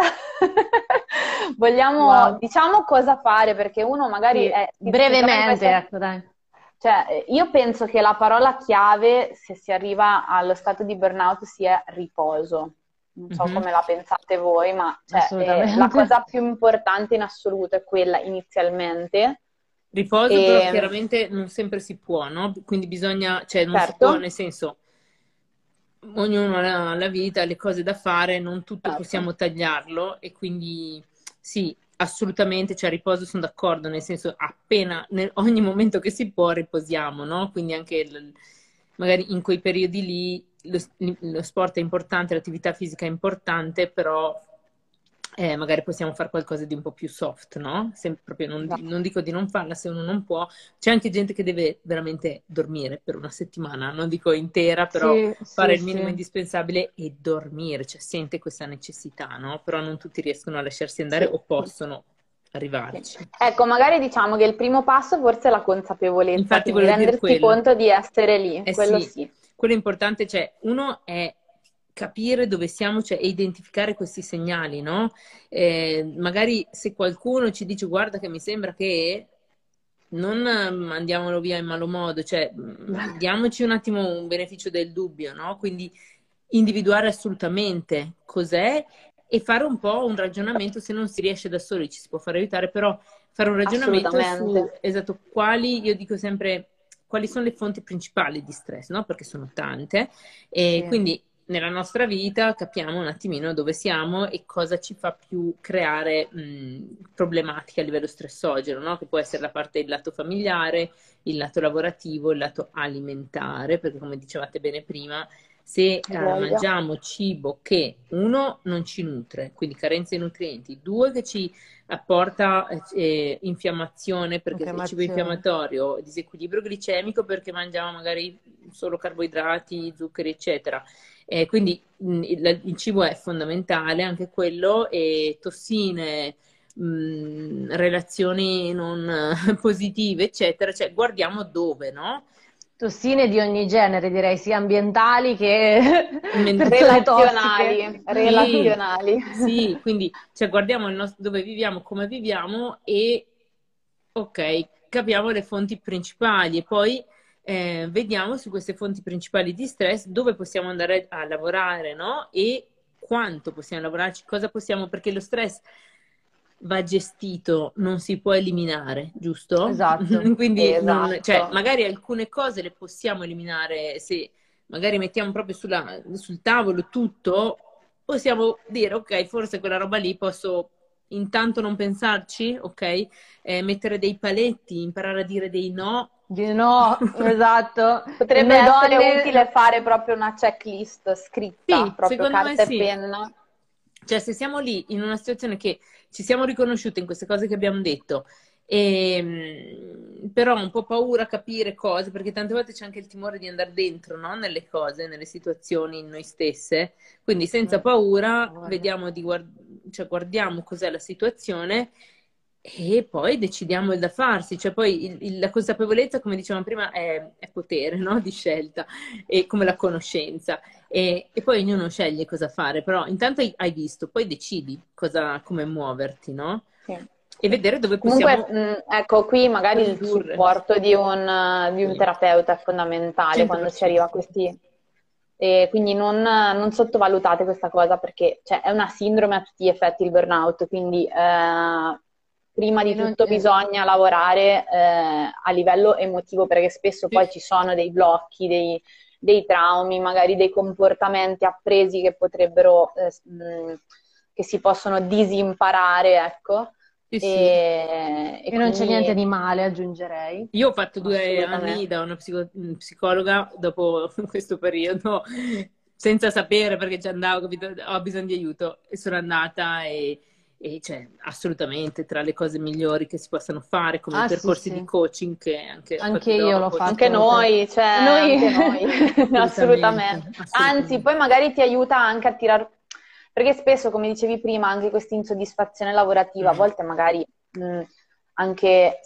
vogliamo, diciamo cosa fare, perché uno magari... brevemente, ecco, dai. Cioè, io penso che la parola chiave, se si arriva allo stato di burnout, sia riposo. Non so come la pensate voi, ma la cosa più importante in assoluto è quella inizialmente. Riposo, però chiaramente non sempre si può, no? Quindi bisogna, cioè non si può, nel senso, ognuno ha la vita, le cose da fare, non tutto possiamo tagliarlo, e quindi sì, assolutamente, cioè riposo sono d'accordo, nel senso appena, ogni momento che si può riposiamo, no? Quindi anche magari in quei periodi lì lo sport è importante, l'attività fisica è importante, però magari possiamo fare qualcosa di un po' più soft, no? Proprio non dico di non farla se uno non può. C'è anche gente che deve veramente dormire per una settimana, non dico intera, però fare il minimo indispensabile e dormire, cioè sente questa necessità, no? Però non tutti riescono a lasciarsi andare o possono arrivarci. Ecco, magari diciamo che il primo passo forse è la consapevolezza, infatti quindi rendersi conto di essere lì, quello sì. Quello è importante, cioè uno è capire dove siamo, cioè, e identificare questi segnali, no? Magari se qualcuno ci dice guarda che mi sembra che non andiamolo via in malo modo, cioè diamoci un attimo un beneficio del dubbio, no? Quindi individuare assolutamente cos'è e fare un po' un ragionamento, se non si riesce da soli ci si può fare aiutare, però fare un ragionamento su, esatto, io dico sempre, quali sono le fonti principali di stress, no? Perché sono tante, e quindi nella nostra vita capiamo un attimino dove siamo e cosa ci fa più creare problematiche a livello stressogeno, no? Che può essere la parte del lato familiare, il lato lavorativo, il lato alimentare, perché come dicevate bene prima, se mangiamo cibo che uno non ci nutre, quindi carenze di nutrienti, due che ci apporta infiammazione perché il cibo è infiammatorio, disequilibrio glicemico perché mangiamo magari solo carboidrati, zuccheri, eccetera. Quindi il cibo è fondamentale, anche quello, e tossine, relazioni non positive, eccetera. Cioè, guardiamo dove, no? Tossine di ogni genere, direi, sia ambientali che relazionali. Sì, quindi cioè, guardiamo dove viviamo, come viviamo e capiamo le fonti principali e poi vediamo su queste fonti principali di stress dove possiamo andare a lavorare, no? E quanto possiamo lavorarci, cosa possiamo, perché lo stress va gestito, non si può eliminare, giusto? Esatto. Quindi cioè, magari alcune cose le possiamo eliminare se magari mettiamo proprio sul tavolo tutto, possiamo dire ok, forse quella roba lì posso intanto non pensarci, ok? Mettere dei paletti, imparare a dire dei no. No, esatto. Potrebbe essere utile fare proprio una checklist scritta, proprio carta e penna. Cioè, se siamo lì in una situazione che ci siamo riconosciute in queste cose che abbiamo detto, però un po' paura a capire cose, perché tante volte c'è anche il timore di andare dentro, no? Nelle cose, nelle situazioni, in noi stesse. Quindi senza paura, vediamo guardiamo cos'è la situazione e poi decidiamo il da farsi. Cioè poi la consapevolezza, come dicevamo prima, è potere, no? Di scelta, e come la conoscenza. E poi ognuno sceglie cosa fare, però intanto hai visto, poi decidi come muoverti, no? Sì. E vedere dove possiamo... Comunque, ecco, qui magari il supporto di un terapeuta è fondamentale 100%. Quando si arriva a questi... E quindi non sottovalutate questa cosa, perché cioè, è una sindrome a tutti gli effetti il burnout, quindi prima di tutto bisogna lavorare a livello emotivo, perché spesso poi ci sono dei blocchi, dei traumi, magari dei comportamenti appresi che potrebbero, che si possono disimparare, ecco. Sì, sì. E non c'è quindi niente di male, aggiungerei. Io ho fatto 2 assolutamente. anni da una psicologa dopo questo periodo, senza sapere perché ci andavo, capito? Ho bisogno di aiuto e sono andata e cioè, assolutamente tra le cose migliori che si possano fare, come i Ah, sì, percorsi di sì. coaching che anche ho Anche fatto io l'ho dopo, Anche fatto eccetera. noi, cioè, Noi... anche noi, Assolutamente, assolutamente. Anzi, assolutamente. poi magari ti aiuta anche a tirare, perché spesso, come dicevi prima, anche questa insoddisfazione lavorativa, a Mm, volte magari anche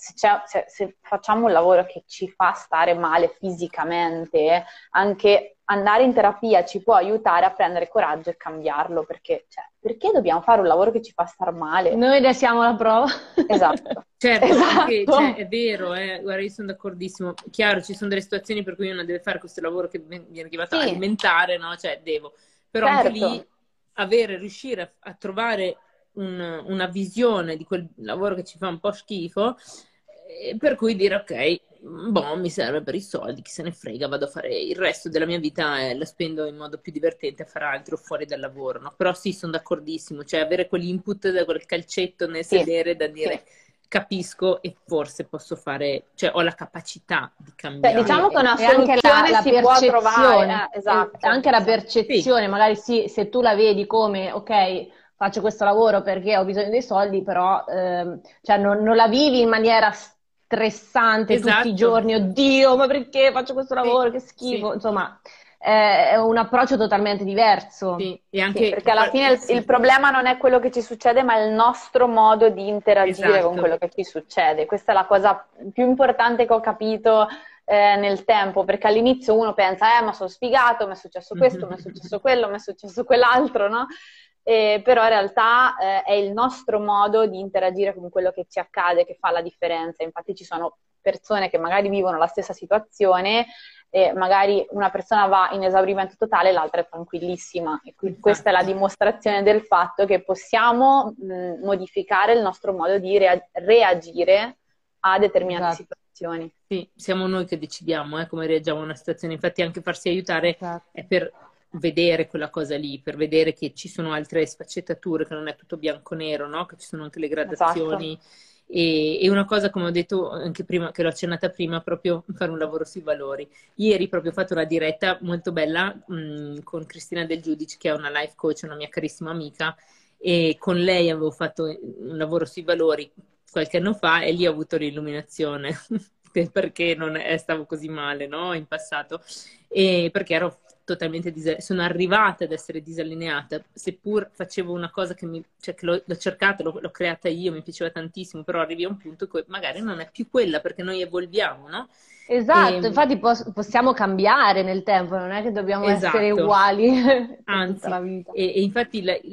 se facciamo un lavoro che ci fa stare male fisicamente, anche andare in terapia ci può aiutare a prendere coraggio e cambiarlo, perché, cioè, perché dobbiamo fare un lavoro che ci fa star male? Noi ne siamo la prova. Esatto, Certo, anche, cioè, esatto. è vero, guarda, io sono d'accordissimo. Chiaro, ci sono delle situazioni per cui uno deve fare questo lavoro che viene chiamato Sì, alimentare, no? Cioè, devo. Però anche lì certo. riuscire a trovare una visione di quel lavoro che ci fa un po' schifo, per cui dire, ok, boh, mi serve per i soldi, chi se ne frega, vado a fare il resto della mia vita e la spendo in modo più divertente a fare altro fuori dal lavoro, no? Però sì, sono d'accordissimo, cioè avere quell'input, quel calcetto nel Sì, sedere da sì. dire capisco e forse posso fare, cioè ho la capacità di Cioè, cambiare. diciamo che una E anche soluzione la si può trovare, percezione, esatto, anche la esatto. Sì, percezione, magari sì, se tu la vedi come, ok, faccio questo lavoro perché ho bisogno dei soldi, però cioè non la vivi in maniera stressante tutti i esatto, giorni, oddio, ma perché faccio questo sì, lavoro, che sì, schifo, insomma, è un approccio totalmente diverso. sì, e Sì, anche, perché alla fine il sì, problema non è quello che ci succede, ma il nostro modo di interagire con esatto. quello che ci succede. Questa è la cosa più importante che ho capito nel tempo, perché all'inizio uno pensa, ma sono sfigato, mi è successo questo, mi è successo quello, mi è successo quell'altro, no? Però in realtà è il nostro modo di interagire con quello che ci accade che fa la differenza. Infatti ci sono persone che magari vivono la stessa situazione e magari una persona va in esaurimento totale e l'altra è tranquillissima. E questa è la Infatti. dimostrazione del fatto che possiamo modificare il nostro modo di reagire a determinate Esatto, situazioni. Sì, siamo noi che decidiamo, come reagiamo a una situazione. Infatti anche farsi aiutare esatto, è per vedere quella cosa lì, per vedere che ci sono altre sfaccettature, che non è tutto bianco-nero, no? Che ci sono anche le Esatto. gradazioni. E una cosa, come ho detto anche prima, che l'ho accennata prima, proprio fare un lavoro sui valori. Ieri proprio ho fatto una diretta molto bella con Cristina Del Giudice, che è una life coach, una mia carissima amica, e con lei avevo fatto un lavoro sui valori qualche anno fa e lì ho avuto l'illuminazione perché non stavo così male, no? In passato e perché ero totalmente sono arrivata ad essere disallineata, seppur facevo una cosa cioè che l'ho cercata, l'ho creata io, mi piaceva tantissimo, però arrivi a un punto che magari non è più quella perché noi evolviamo, no? esatto, E, infatti possiamo cambiare nel tempo, non è che dobbiamo essere esatto. uguali per tutta Anzi, la vita. e infatti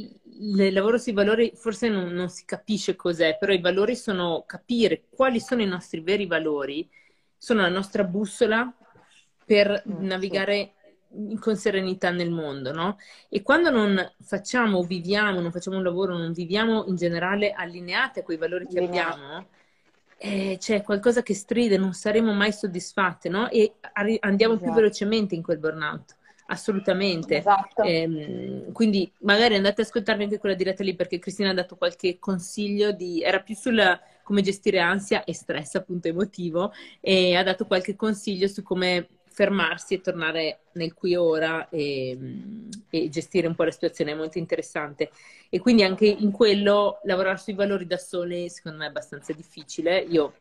il lavoro sui valori forse non si capisce cos'è, però i valori sono capire quali sono i nostri veri valori, sono la nostra bussola per Sì, navigare con serenità nel mondo, no? E quando non facciamo, viviamo, non facciamo un lavoro, non viviamo in generale allineati a quei valori che Lineare. abbiamo, c'è qualcosa che stride, non saremo mai soddisfatte, no? E andiamo più esatto. velocemente in quel burnout. Assolutamente. Esatto. Quindi magari andate ad ascoltarvi anche quella diretta lì perché Cristina ha dato qualche consiglio era più sulla come gestire ansia e stress appunto emotivo e ha dato qualche consiglio su come fermarsi e tornare nel qui e ora e gestire un po' la situazione, è molto interessante. E quindi anche in quello lavorare sui valori da sole secondo me è abbastanza difficile. Io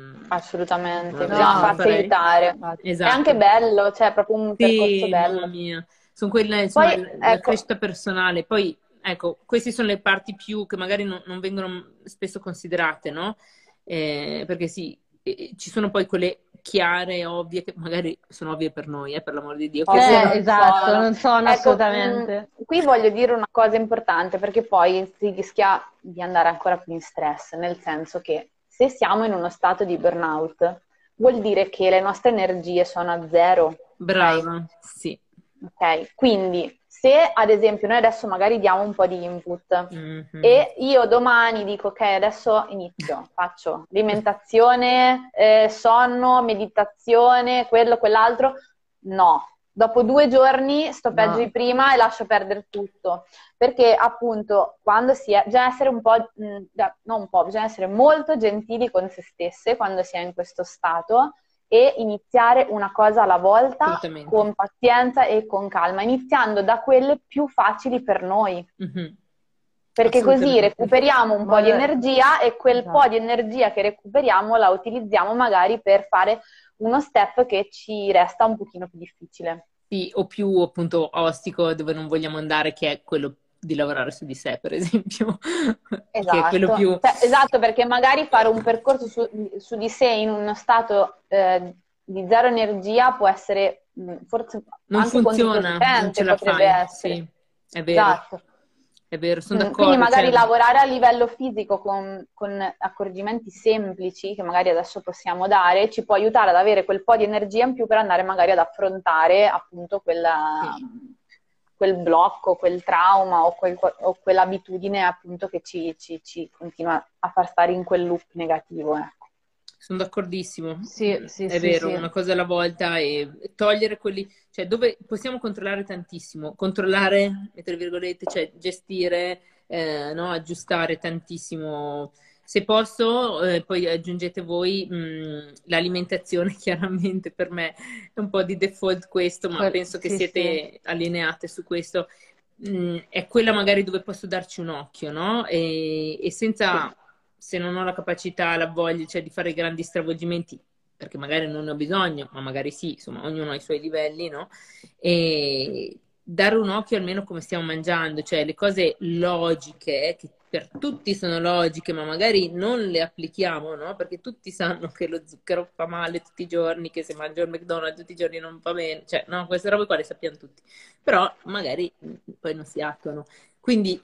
non Assolutamente, avrei, bisogna non lo No, farsi farei. aiutare. infatti. È anche Esatto. bello, cioè è proprio un percorso Sì, mamma bello. mia, sono quelle, insomma, Poi, la ecco, crescita personale. Poi, ecco, queste sono le parti più che magari non vengono spesso considerate, no? Perché sì, ci sono poi quelle chiare, ovvie, che magari sono ovvie per noi, per l'amor di Dio, che ovvie sono... non Esatto, sono. non sono Ecco, assolutamente. qui voglio dire una cosa importante perché poi si rischia di andare ancora più in stress, nel senso che se siamo in uno stato di burnout, vuol dire che le nostre energie sono a zero, ok? Brava, sì. Ok, quindi se ad esempio noi adesso magari diamo un po' di input Mhm. e io domani dico ok, adesso inizio, faccio alimentazione, sonno, meditazione, quello, quell'altro, no, dopo 2 giorni sto peggio No. di prima e lascio perdere tutto. Perché appunto quando bisogna essere un po', non un po', bisogna essere molto gentili con se stesse quando si è in questo stato e iniziare una cosa alla volta Assolutamente. con pazienza e con calma, iniziando da quelle più facili per noi. Mhm. Perché così Assolutamente. recuperiamo un po' di energia e quel Esatto. po' di energia che recuperiamo la utilizziamo magari per fare uno step che ci resta un pochino più difficile. Sì, o più appunto ostico dove non vogliamo andare, che è quello di lavorare su di sé, per esempio, che è quello Esatto, più... esatto, perché magari fare un percorso su di sé in uno stato di zero energia può essere forse Non anche funziona, non ce controproducente, la potrebbe fai, essere. sì, è vero, Esatto. sono Quindi d'accordo, magari cioè, lavorare a livello fisico con accorgimenti semplici che magari adesso possiamo dare ci può aiutare ad avere quel po' di energia in più per andare magari ad affrontare appunto sì. quel blocco, quel trauma o quell'abitudine appunto che ci continua a far stare in quel loop negativo, ecco. Sono d'accordissimo, Sì, sì, è sì, vero, sì. una cosa alla volta e togliere quelli, cioè dove possiamo controllare tantissimo, controllare, tra virgolette, cioè gestire, no, aggiustare tantissimo. Se posso, poi aggiungete voi, l'alimentazione chiaramente per me è un po' di default questo, ma penso che Sì, sì. siete allineate su questo. È quella magari dove posso darci un occhio, no? E senza, se non ho la capacità, la voglia, cioè di fare grandi stravolgimenti, perché magari non ne ho bisogno, ma magari sì, insomma, ognuno ha i suoi livelli, no? E dare un occhio almeno come stiamo mangiando, cioè le cose logiche, che per tutti sono logiche, ma magari non le applichiamo, no? Perché tutti sanno che lo zucchero fa male tutti i giorni, che se mangio il McDonald's tutti i giorni non fa bene, cioè, no, queste robe qua le sappiamo tutti, però magari poi non si attuano. Quindi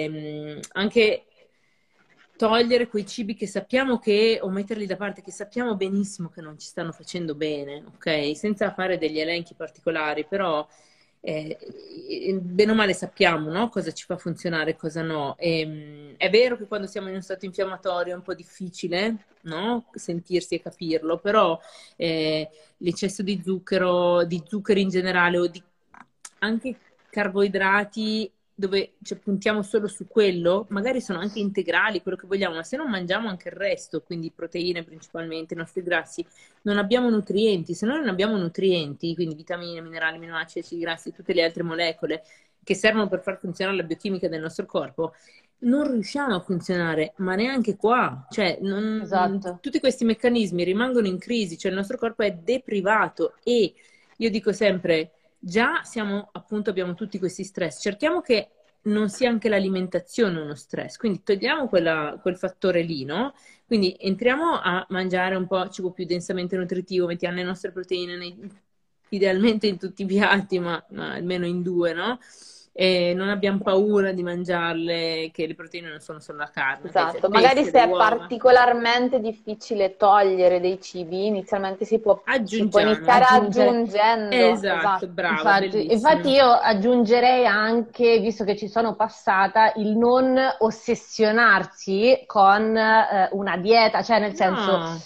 anche togliere quei cibi che sappiamo che, o metterli da parte, che sappiamo benissimo che non ci stanno facendo bene, ok? Senza fare degli elenchi particolari, però bene o male sappiamo, no? Cosa ci fa funzionare e cosa no. È vero che quando siamo in uno stato infiammatorio è un po' difficile, no? Sentirsi e capirlo, però l'eccesso di zuccheri in generale o di anche carboidrati dove cioè, puntiamo solo su quello, magari sono anche integrali, quello che vogliamo, ma se non mangiamo anche il resto, quindi proteine principalmente, i nostri grassi, non abbiamo nutrienti. Se noi non abbiamo nutrienti, quindi vitamine, minerali, aminoacidi, acidi grassi, tutte le altre molecole che servono per far funzionare la biochimica del nostro corpo, non riusciamo a funzionare, ma neanche qua. Cioè, Esatto. tutti questi meccanismi rimangono in crisi, cioè il nostro corpo è deprivato e io dico sempre, già siamo, appunto, abbiamo tutti questi stress, cerchiamo che non sia anche l'alimentazione uno stress, quindi togliamo quel fattore lì, no? Quindi entriamo a mangiare un po' cibo più densamente nutritivo, mettiamo le nostre proteine idealmente in tutti i piatti, ma almeno in 2, no? E non abbiamo paura di mangiarle, che le proteine non sono solo la carne, ok? C'è Esatto, il magari pesce, se le è uova. particolarmente difficile togliere dei cibi, inizialmente si può iniziare Aggiungere. aggiungendo, Esatto, esatto. brava, Infatti bellissimo. io aggiungerei anche, visto che ci sono passata, il non ossessionarsi con una dieta, cioè nel senso, No,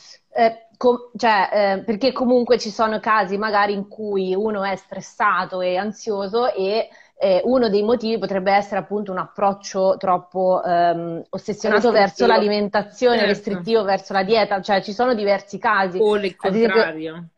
perché comunque ci sono casi magari in cui uno è stressato e ansioso e uno dei motivi potrebbe essere appunto un approccio troppo ossessionato verso Restrittivo. l'alimentazione, certo. restrittivo verso la dieta, cioè ci sono diversi casi. O il Ad esempio, contrario.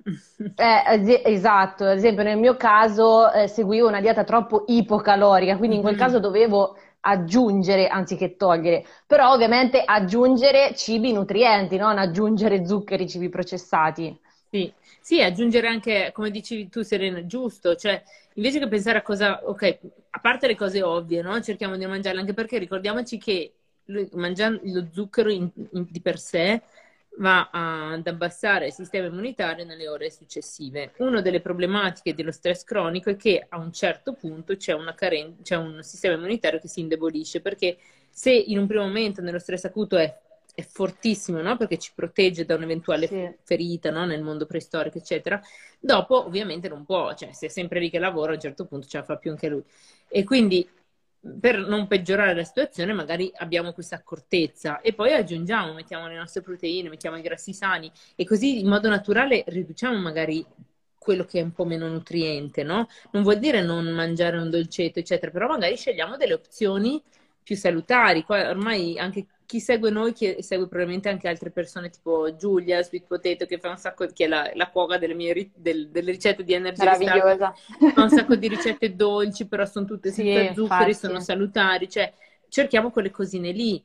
esatto, ad esempio nel mio caso seguivo una dieta troppo ipocalorica, quindi in quel Mhm. caso dovevo aggiungere anziché togliere, però ovviamente aggiungere cibi nutrienti, non aggiungere zuccheri, cibi processati. Sì. Sì, aggiungere anche, come dicevi tu, Serena, giusto, cioè invece che pensare a cosa, ok, a parte le cose ovvie, no? Cerchiamo di mangiarle anche perché ricordiamoci che mangiando lo zucchero di per sé va ad abbassare il sistema immunitario nelle ore successive. Una delle problematiche dello stress cronico è che a un certo punto c'è un sistema immunitario che si indebolisce, perché se in un primo momento nello stress acuto è fortissimo, no? Perché ci protegge da un'eventuale Sì. ferita, no? Nel mondo preistorico, eccetera. Dopo, ovviamente, non può, cioè, se è sempre lì che lavora, a un certo punto ce la fa più anche lui. E quindi, per non peggiorare la situazione, magari abbiamo questa accortezza e poi aggiungiamo, mettiamo le nostre proteine, mettiamo i grassi sani e così in modo naturale riduciamo magari quello che è un po' meno nutriente, no? Non vuol dire non mangiare un dolcetto, eccetera, però magari scegliamo delle opzioni più salutari. Poi ormai anche chi segue noi, chi segue probabilmente anche altre persone, tipo Giulia, Sweet Potato, che fa un sacco, che è la cuoca delle mie delle ricette di Energy Restart, Meravigliosa. fa un sacco di ricette dolci, però sono tutte Sì, senza zuccheri, infatti. sono salutari, cioè cerchiamo quelle cosine lì.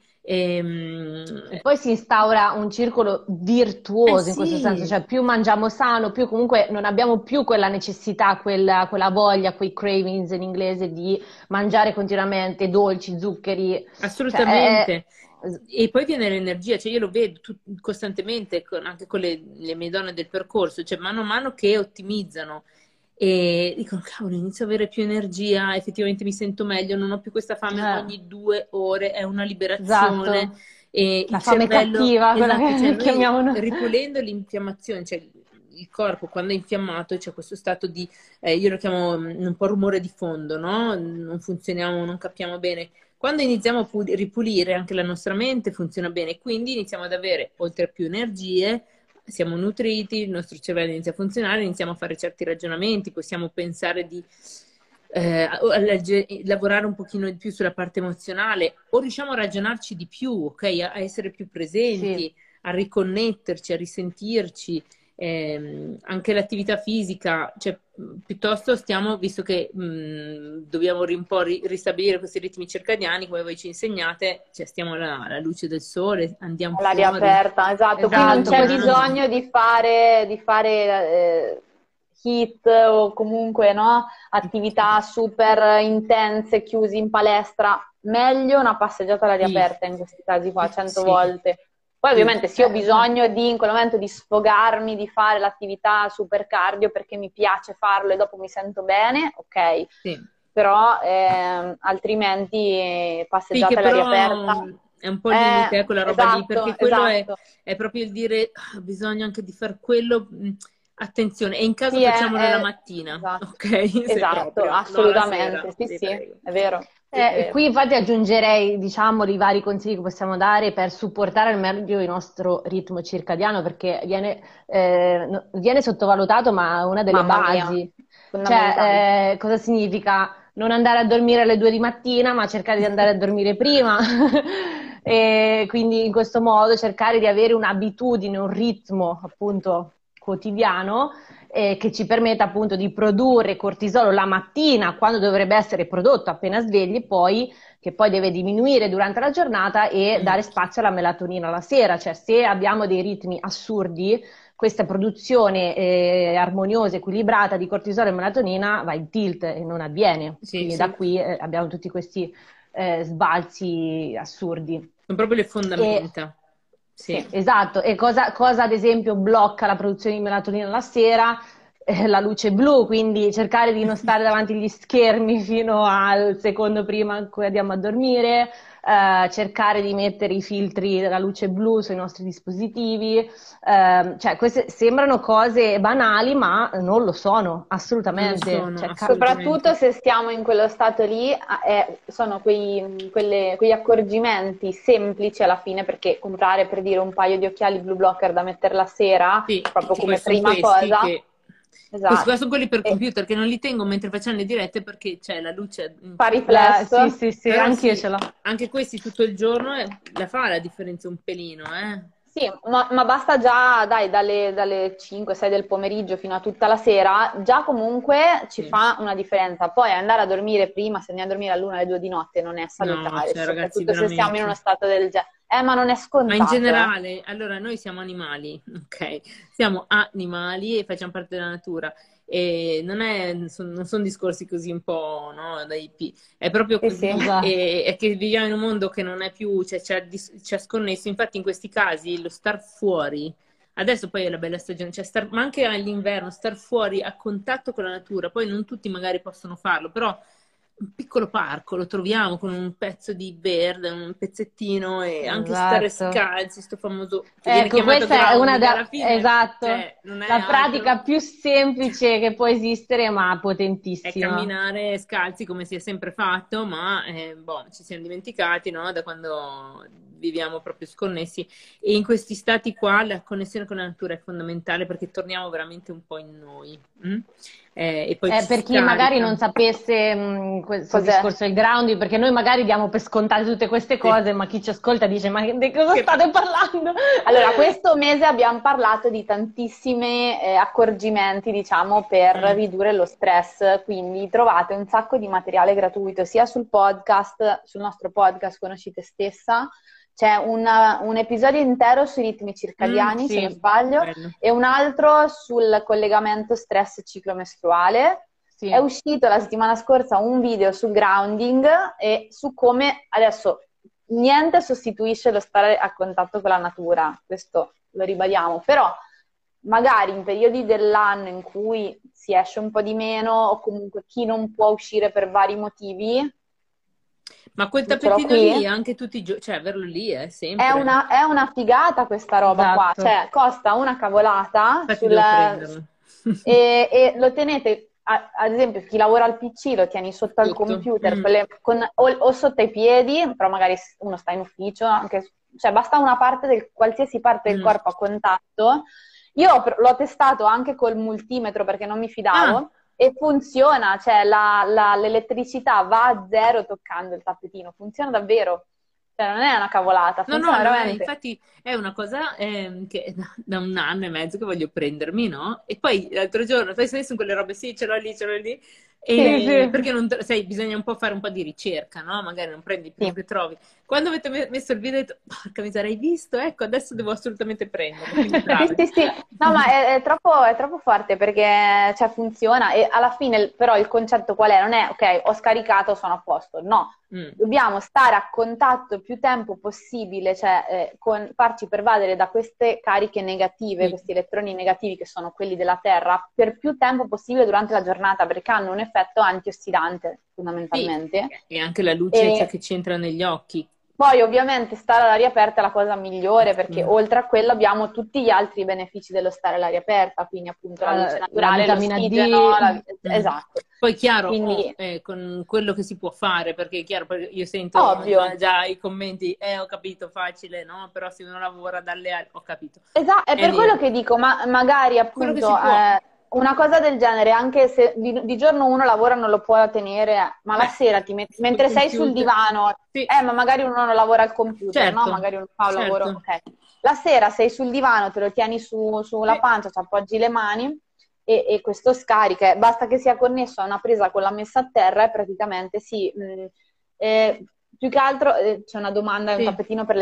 E poi si instaura un circolo virtuoso in questo senso, Sì, cioè più mangiamo sano, più comunque non abbiamo più quella necessità, quella voglia, quei cravings in inglese di mangiare continuamente dolci, zuccheri, cioè assolutamente. E poi viene l'energia, cioè io lo vedo costantemente anche con le mie donne del percorso, cioè mano a mano che ottimizzano e dicono, cavolo, inizio ad avere più energia, effettivamente mi sento meglio, non ho più questa fame eh, ogni 2 ore, è una liberazione. esatto, E la il fame cervello, cattiva, quella esatto, cioè che noi chiamiamo noi. ripulendo l'infiammazione, cioè il corpo quando è infiammato c'è questo stato di, io lo chiamo un po' rumore di fondo, no? Non funzioniamo, non capiamo bene. Quando iniziamo a ripulire anche la nostra mente funziona bene, quindi iniziamo ad avere, oltre a più energie, siamo nutriti, il nostro cervello inizia a funzionare, iniziamo a fare certi ragionamenti, possiamo pensare di lavorare un pochino di più sulla parte emozionale o riusciamo a ragionarci di più, ok? A essere più Sì. presenti, a riconnetterci, a risentirci. Anche l'attività fisica, cioè, piuttosto stiamo, visto che dobbiamo un po' ristabilire questi ritmi circadiani, come voi ci insegnate, cioè stiamo alla luce del sole, andiamo All'aria fuori, aperta, esatto. Qui non Esatto, c'è questo bisogno di fare HIIT o comunque no, attività super intense, chiusi in palestra. Meglio una passeggiata all'aria sì, aperta in questi casi qua, 100 sì, volte. Poi sì, ovviamente se io ho esatto. bisogno in quel momento di sfogarmi, di fare l'attività super cardio perché mi piace farlo e dopo mi sento bene, ok. sì. Però altrimenti Sì, passeggiata che all'aria però aperta. è un po' limite, quella roba lì, perché Esatto, quello esatto. è proprio il dire bisogna anche di far quello. Attenzione, e in caso Sì, facciamolo la mattina, esatto, ok? Se esatto, proprio, no la assolutamente, sera, sì, vi sì, prego. è vero. Sì, è vero. Qui infatti aggiungerei, diciamo, i vari consigli che possiamo dare per supportare al meglio il nostro ritmo circadiano, perché viene sottovalutato, ma è una delle Mamma mia, basi. fondamentale. Cioè, cosa significa? Non andare a dormire alle 2 di mattina, ma cercare di andare a dormire prima. E quindi in questo modo cercare di avere un'abitudine, un ritmo appunto quotidiano che ci permetta appunto di produrre cortisolo la mattina quando dovrebbe essere prodotto appena svegli, poi che poi deve diminuire durante la giornata e Mm, dare spazio alla melatonina la sera, cioè se abbiamo dei ritmi assurdi, questa produzione armoniosa, equilibrata di cortisolo e melatonina va in tilt e non avviene, sì, quindi da sì, qui abbiamo tutti questi sbalzi assurdi. sono proprio le E fondamenta. sì, Sì. esatto. E cosa ad esempio blocca la produzione di melatonina la sera? La luce blu, quindi cercare di non stare davanti agli schermi fino al secondo prima in cui andiamo a dormire, cercare di mettere i filtri della luce blu sui nostri dispositivi, cioè queste sembrano cose banali, ma non lo sono, Non lo assolutamente. sono, Cioè, Soprattutto assolutamente. se stiamo in quello stato lì, sono quegli accorgimenti semplici alla fine, perché comprare per dire un paio di occhiali blu blocker da mettere la sera, Sì, proprio tipo come sono prima questi cosa, che... Questi qua esatto, sono quelli per e computer che non li tengo mentre facciamo le dirette perché c'è la luce fa riflesso. sì, sì, sì, Però anch'io sì, ce l'ho. anche questi tutto il giorno la fa la differenza un pelino, eh? Sì, ma basta già, dai, dalle 5-6 del pomeriggio fino a tutta la sera, già comunque ci Sì. fa una differenza. Poi andare a dormire prima, se andiamo a dormire all'1 alle 2 di notte, non è No, salutare, cioè ragazzi, soprattutto se siamo in uno veramente. stato del genere. Ma non è Ma in scontato, eh. generale, allora noi siamo animali, ok? Siamo animali e facciamo parte della natura. E non sono discorsi così un po', no, da hippie. È proprio Sì, sì. così. Esatto. E è che viviamo in un mondo che non è più, cioè, ci ha sconnesso. Infatti in questi casi lo star fuori, adesso poi è la bella stagione, cioè ma anche all'inverno, star fuori a contatto con la natura. Poi non tutti magari possono farlo, però un piccolo parco lo troviamo con un pezzo di verde, un pezzettino e anche stare Esatto. scalzi, sto famoso che viene Ecco, chiamato questa è grounding, alla fine, esatto, cioè, non è la altro. pratica più semplice che può esistere, ma È potentissima. camminare scalzi come si è sempre fatto, ma boh, ci siamo dimenticati, no? Da quando viviamo proprio sconnessi e in questi stati qua la connessione con la natura è fondamentale perché torniamo veramente un po' in noi. E poi ci Per chi magari scarica. non sapesse questo Cos'è? discorso del grounding, perché noi magari diamo per scontate tutte queste cose, ma chi ci ascolta dice: ma di cosa state parlando? Allora, questo mese abbiamo parlato di tantissimi accorgimenti, diciamo, per ridurre lo stress, quindi trovate un sacco di materiale gratuito sia sul podcast, sul nostro podcast Conosci te stessa, c'è un episodio intero sui ritmi circadiani, Sì, se non sbaglio, bello. e un altro sul collegamento stress-ciclo mestruale. Sì. È uscito la settimana scorsa un video sul grounding e su come adesso niente sostituisce lo stare a contatto con la natura, questo lo ribadiamo, però magari in periodi dell'anno in cui si esce un po' di meno o comunque chi non può uscire per vari motivi, Ma quel ce l'ho tappettino qui. lì anche tutti i giorni, cioè averlo lì è sempre. È una figata questa roba qua, Esatto. cioè costa una cavolata Infatti devo prenderlo. e lo tenete, ad esempio chi lavora al PC lo tieni sotto al Sotto. computer o sotto i piedi, però magari uno sta in ufficio, cioè basta una parte qualsiasi parte del corpo a contatto. Io l'ho testato anche col multimetro perché non mi fidavo. E funziona, cioè l'elettricità va a zero toccando il tappetino, funziona davvero, cioè non è una cavolata, No, funziona veramente. infatti è una cosa che da un anno e mezzo che voglio prendermi, no? E poi l'altro giorno, sai, sono con quelle robe, sì, ce l'ho lì, Sì. perché non, sai, bisogna un po' fare un po' di ricerca, no? Magari non prendi il primo Sì. che trovi. Quando avete messo il video, ho detto, porca miseria, hai visto? Ecco, adesso devo assolutamente prenderlo. Quindi brave. Sì. No, ma è troppo forte perché cioè, funziona e alla fine però il concetto qual è? Non è ok, ho scaricato, sono a posto, no. Dobbiamo stare a contatto il più tempo possibile, cioè farci pervadere da queste cariche negative, questi elettroni negativi che sono quelli della Terra, per più tempo possibile durante la giornata perché hanno un effetto antiossidante fondamentalmente. Sì. E anche la luce cioè, che ci entra negli occhi. Poi ovviamente stare all'aria aperta è la cosa migliore perché oltre a quello abbiamo tutti gli altri benefici dello stare all'aria aperta, quindi appunto la luce naturale, la vitamina l'ossigeno, D. Esatto. Poi chiaro, Quindi, con quello che si può fare, perché è chiaro, io sento ovvio. già i commenti, ho capito, facile, no? Però se uno lavora dalle arie, ho capito. Esatto, è per quello che dico, ma magari Quello che appunto si può. una cosa del genere, anche se di giorno uno lavora non lo può tenere, ma la sera mentre sei sul divano, sì. ma magari uno non lavora al computer, Certo, no? Magari uno fa un certo. lavoro, ok. La sera sei sul divano, te lo tieni sulla pancia, ci appoggi le mani e questo scarica, basta che sia connesso a una presa con la messa a terra e praticamente sì. Più che altro c'è una domanda, è un tappetino per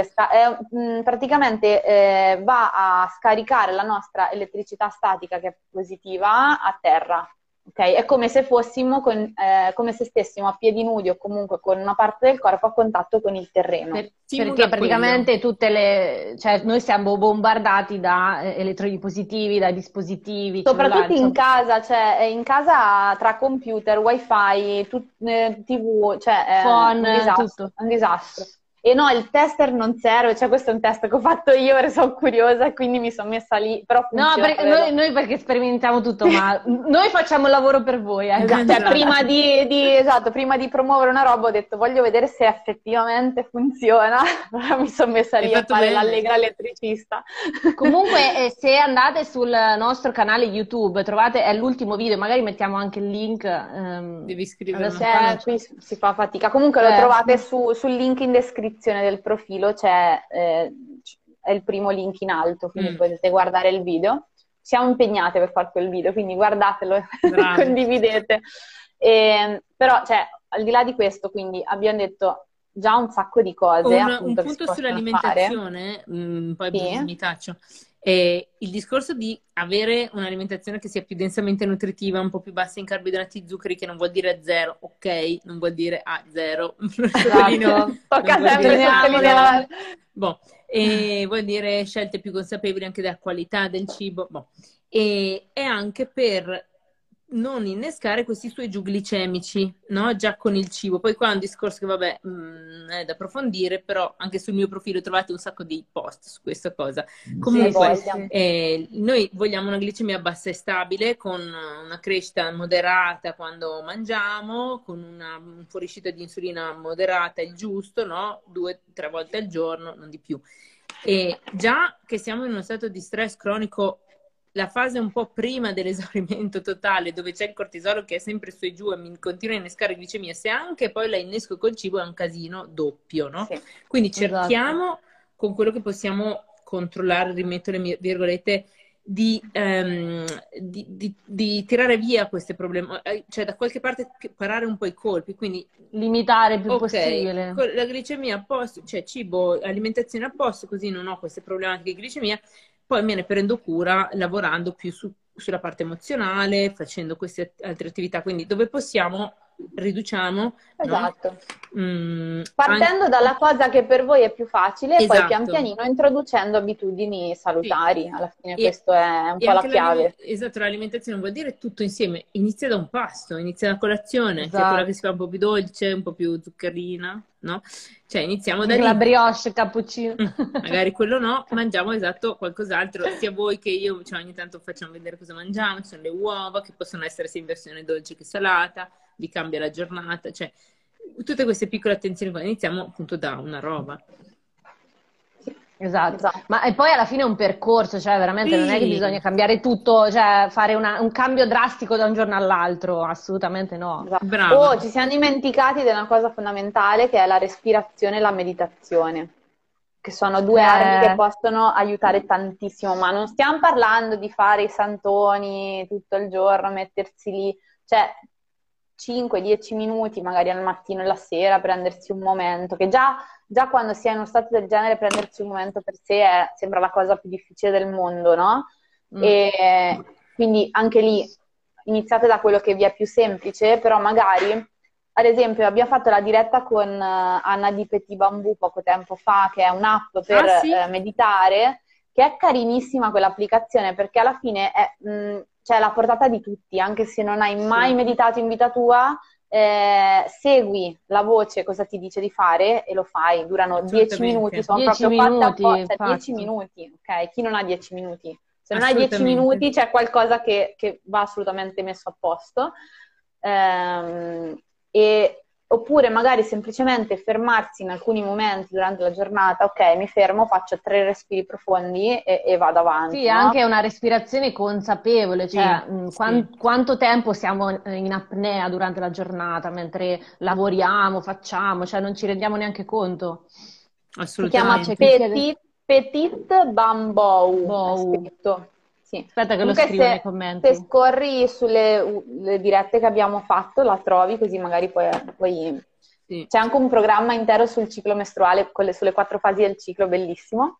praticamente va a scaricare la nostra elettricità statica che è positiva a terra, ok? È come se fossimo come se stessimo a piedi nudi o comunque con una parte del corpo a contatto con il terreno. Perché praticamente cioè noi siamo bombardati da elettrodi positivi, da dispositivi, soprattutto in casa, cioè in casa tra computer, wifi, TV, cioè phone, tutto. Un disastro. E no, il tester non serve, cioè questo è un test che ho fatto io, ora sono curiosa e quindi mi sono messa lì, però funziona. No, perché noi perché sperimentiamo tutto, ma noi facciamo il lavoro per voi. Esatto. Cioè, prima di promuovere una roba ho detto voglio vedere se effettivamente funziona, allora mi sono messa lì a fare l'allegra elettricista. Comunque se andate sul nostro canale YouTube trovate, è l'ultimo video, magari mettiamo anche il link. Devi scrivere qui si fa fatica, comunque lo trovate sul link in descrizione del profilo, è il primo link in alto, quindi potete guardare il video. Siamo impegnate per fare quel video, quindi guardatelo e condividete. Però, cioè, al di là di questo, quindi abbiamo detto già un sacco di cose. Un punto sull'alimentazione, poi mi taccio. Il discorso di avere un'alimentazione che sia più densamente nutritiva, un po' più bassa in carboidrati e zuccheri, che non vuol dire zero, ok? Non vuol dire zero. Tocca sempre sottolineare. E vuol dire scelte più consapevoli anche della qualità del cibo. E anche per non innescare questi suoi giù glicemici, no? Già con il cibo. Poi qua è un discorso che, vabbè, è da approfondire, però anche sul mio profilo trovate un sacco di post su questa cosa. Comunque, sì. noi vogliamo una glicemia bassa e stabile, con una crescita moderata quando mangiamo, con un fuoriuscita di insulina moderata, il giusto, no? 2-3 volte al giorno, non di più. E già che siamo in uno stato di stress cronico, la fase un po' prima dell'esaurimento totale, dove c'è il cortisolo che è sempre su e giù e mi continua a innescare glicemia, se anche poi la innesco col cibo è un casino doppio, no? Sì. Quindi cerchiamo con quello che possiamo controllare, rimetto le mie virgolette, di tirare via queste problemi, cioè da qualche parte parare un po' i colpi, quindi limitare il più possibile. La glicemia a posto, cioè cibo, alimentazione a posto, così non ho queste problematiche di glicemia. Poi me ne prendo cura lavorando più sulla parte emozionale, facendo queste altre attività, quindi dove possiamo riduciamo. Esatto. No? Partendo dalla cosa che per voi è più facile e poi Esatto. pian pianino introducendo abitudini salutari. Sì. Alla fine questo è un po' la chiave. Esatto, l'alimentazione vuol dire tutto insieme. Inizia da un pasto, inizia da colazione, esatto. che è quella che si fa un po' più dolce, un po' più zuccherina, no? Cioè iniziamo da lì. La brioche, cappuccino. Magari quello no, mangiamo esatto qualcos'altro, sia voi che io, cioè ogni tanto facciamo vedere cosa mangiamo, ci sono le uova che possono essere sia in versione dolce che salata, vi cambia la giornata, cioè tutte queste piccole attenzioni quando iniziamo appunto da una roba. Esatto. Ma e poi alla fine è un percorso, cioè veramente non è che bisogna cambiare tutto, cioè fare un cambio drastico da un giorno all'altro, assolutamente no. Esatto. Ci siamo dimenticati di una cosa fondamentale che è la respirazione e la meditazione, che sono due armi che possono aiutare tantissimo, ma non stiamo parlando di fare i santoni tutto il giorno, mettersi lì, cioè 5-10 minuti magari al mattino e la sera, prendersi un momento, che già quando si è in uno stato del genere prendersi un momento per sé sembra la cosa più difficile del mondo, no? E quindi anche lì iniziate da quello che vi è più semplice, però magari, ad esempio, abbiamo fatto la diretta con Anna di Petit Bambù poco tempo fa, che è un'app per meditare, che è carinissima quell'applicazione, perché alla fine è cioè la portata di tutti, anche se non hai mai meditato in vita tua, segui la voce cosa ti dice di fare e lo fai, durano 10 minuti, sono 10 proprio minuti, fatte apposta, 10 minuti, ok? Chi non ha 10 minuti? Se non hai 10 minuti c'è qualcosa che va assolutamente messo a posto, oppure magari semplicemente fermarsi in alcuni momenti durante la giornata, ok, mi fermo, faccio 3 respiri profondi e vado avanti. Sì, no? Anche una respirazione consapevole, cioè quanto tempo siamo in apnea durante la giornata, mentre lavoriamo, facciamo, cioè non ci rendiamo neanche conto. Assolutamente. Si chiama Petit Bambou. Sì. Aspetta che lo scrivo nei commenti. Se scorri sulle le dirette che abbiamo fatto, la trovi, così magari poi sì. C'è anche un programma intero sul ciclo mestruale, sulle 4 fasi del ciclo, bellissimo.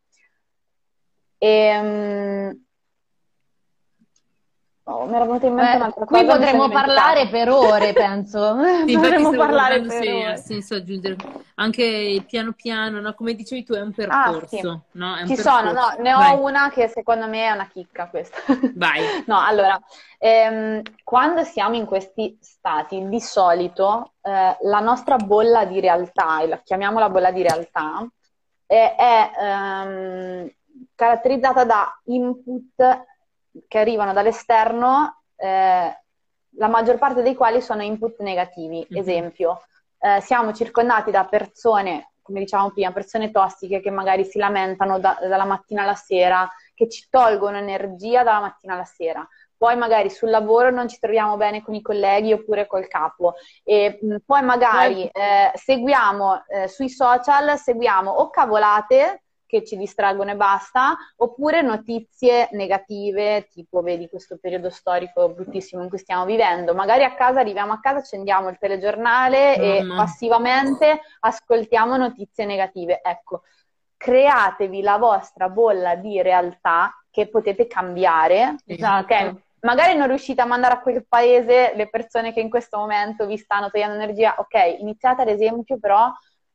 Mi era venuta in mente un'altra cosa. Qui potremmo parlare per ore, penso. Sì, potremmo parlare per ore. Ha senso aggiungere anche piano piano, no? Come dicevi tu, è un percorso. Sì. No? È un percorso. Ne ho una che secondo me è una chicca questa. Vai. No, allora, quando siamo in questi stati, di solito la nostra bolla di realtà, e la chiamiamola bolla di realtà, è caratterizzata da input che arrivano dall'esterno, la maggior parte dei quali sono input negativi. Esempio, siamo circondati da persone, come dicevamo prima, persone tossiche che magari si lamentano dalla mattina alla sera, che ci tolgono energia dalla mattina alla sera. Poi magari sul lavoro non ci troviamo bene con i colleghi oppure col capo. E poi magari seguiamo sui social, seguiamo o cavolate che ci distraggono e basta, oppure notizie negative, tipo vedi questo periodo storico bruttissimo in cui stiamo vivendo. Magari a casa, arriviamo a casa, accendiamo il telegiornale e passivamente ascoltiamo notizie negative. Ecco, createvi la vostra bolla di realtà che potete cambiare. Esatto. Okay? Magari non riuscite a mandare a quel paese le persone che in questo momento vi stanno togliendo energia. Ok, iniziate ad esempio però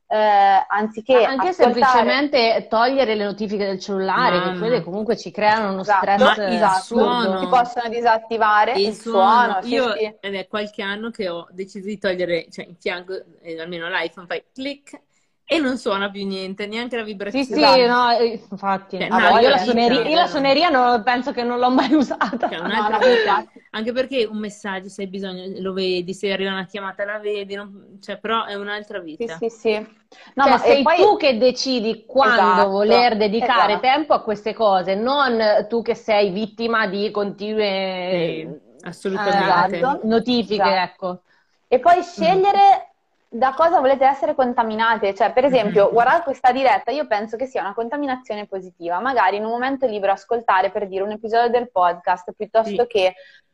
anziché Anche ascoltare... semplicemente togliere le notifiche del cellulare, che quelle comunque ci creano uno stress assurdo. Si possono disattivare il suono, sì, io sì. ed è qualche anno che ho deciso di togliere, cioè in fianco, almeno l'iPhone, fai click e non suona più niente, neanche la Sì, vibrazione. sì, no, infatti. Cioè, Io vita, la suoneria penso che non l'ho mai usata. cioè, un'altra vita, anche perché un messaggio, se hai bisogno, lo vedi, se arriva una chiamata la vedi, cioè, però è un'altra vita. Sì, sì, sì. No, Cioè, ma sei poi... tu che decidi quando Esatto, voler dedicare esatto. tempo a queste cose, non tu che sei vittima di continue assolutamente. notifiche, Esatto. ecco. E poi scegliere da cosa volete essere contaminate. Cioè, per esempio, guardate questa diretta, io penso che sia una contaminazione positiva. Magari in un momento libero ascoltare, per dire, un episodio del podcast, piuttosto che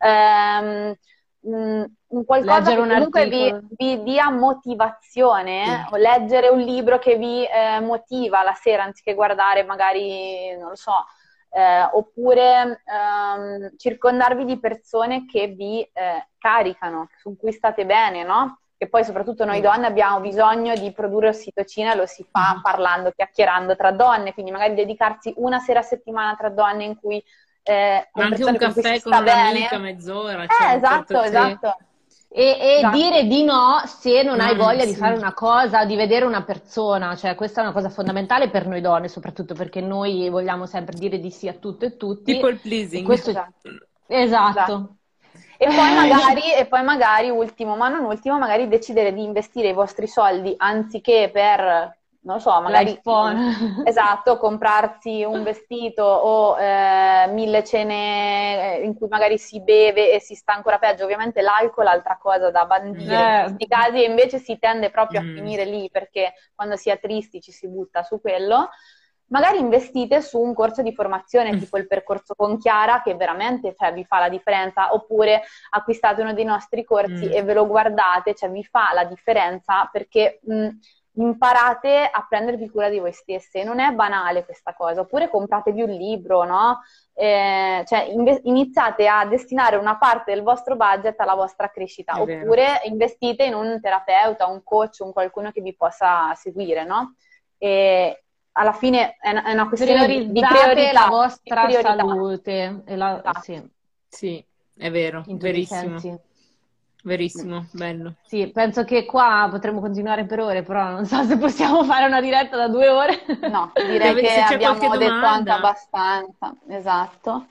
un qualcosa Leggere che un comunque articolo. vi dia motivazione, o leggere un libro che vi motiva la sera, anziché guardare magari, non lo so, oppure circondarvi di persone che vi caricano, su cui state bene, no? Che poi soprattutto noi donne abbiamo bisogno di produrre ossitocina e lo si fa parlando, chiacchierando tra donne, quindi magari dedicarsi una sera a settimana tra donne in cui con anche un caffè con un'amica, mezz'ora. Cioè, esatto, esatto. E dire di no se non hai voglia di fare una cosa o di vedere una persona, cioè questa è una cosa fondamentale per noi donne, soprattutto perché noi vogliamo sempre dire di sì a tutto e tutti. People pleasing. Esatto. E poi magari, ultimo ma non ultimo, magari decidere di investire i vostri soldi anziché per, non lo so, magari esatto, comprarsi un vestito o 1000 cene in cui magari si beve e si sta ancora peggio. Ovviamente l'alcol è altra cosa da bandire in questi casi, e invece si tende proprio a finire lì, perché quando si è tristi ci si butta su quello. Magari investite su un corso di formazione, tipo il percorso con Chiara, che veramente, cioè, vi fa la differenza, oppure acquistate uno dei nostri corsi e ve lo guardate, cioè vi fa la differenza, perché imparate a prendervi cura di voi stesse. Non è banale questa cosa. Oppure compratevi un libro, no? Cioè iniziate a destinare una parte del vostro budget alla vostra crescita, oppure investite in un terapeuta, un coach, un qualcuno che vi possa seguire, no? E alla fine è una questione di priorità, la vostra salute. Sì, è vero, verissimo. Verissimo, bello. Sì, penso che qua potremmo continuare per ore, però non so se possiamo fare una diretta da 2 ore. No, direi che abbiamo detto anche abbastanza. Esatto.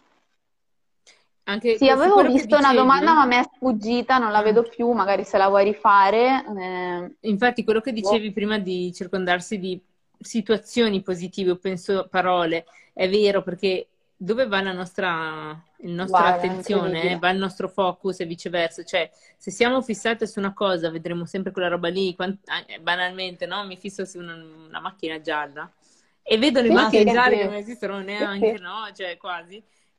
Anche sì, avevo visto una domanda ma mi è sfuggita, non la vedo più, magari se la vuoi rifare. Infatti quello che dicevi prima di circondarsi di situazioni positive, o penso parole, è vero, perché dove va la nostra attenzione, va il nostro focus e viceversa. Cioè, se siamo fissate su una cosa, vedremo sempre quella roba lì. Banalmente, no? Mi fisso su una macchina gialla e vedo le macchine gialle che non esistono neanche, no? Cioè, quasi.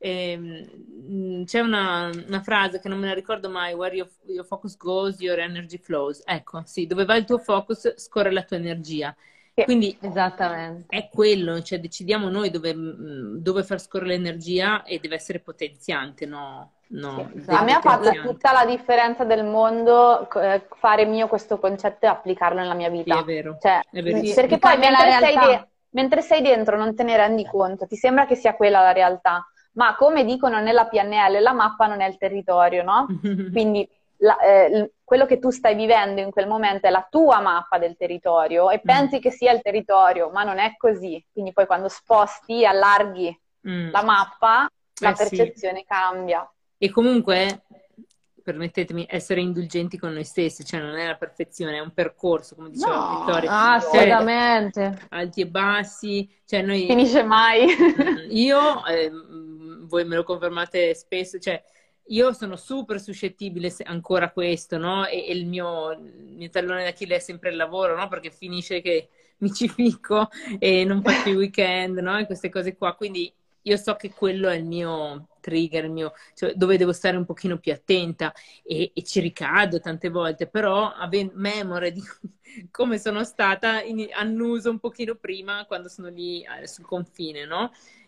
C'è una frase che non me la ricordo mai: where your focus goes, your energy flows. Ecco, sì, dove va il tuo focus, scorre la tua energia. Quindi esattamente è quello, cioè decidiamo noi dove far scorrere l'energia, e deve essere potenziante, no? A me ha fatto tutta la differenza del mondo fare mio questo concetto e applicarlo nella mia vita. Sì, è vero. Cioè, perché poi mentre sei dentro non te ne rendi conto, ti sembra che sia quella la realtà, ma come dicono nella PNL, la mappa non è il territorio, no? Quindi quello che tu stai vivendo in quel momento è la tua mappa del territorio e pensi che sia il territorio, ma non è così. Quindi poi quando sposti, allarghi la mappa, la percezione cambia. E comunque, permettetemi, essere indulgenti con noi stessi, cioè non è la perfezione, è un percorso, come diceva Vittoria. Assolutamente. Alti e bassi, cioè noi... Finisce mai. Io, voi me lo confermate spesso, cioè io sono super suscettibile ancora a questo, no? E il mio tallone d'Achille è sempre il lavoro, no? Perché finisce che mi ci ficco e non faccio i weekend, no? E queste cose qua. Quindi io so che quello è il mio trigger, cioè, dove devo stare un pochino più attenta, e ci ricado tante volte, però memore di come sono stata annuso un pochino prima quando sono lì sul confine, no?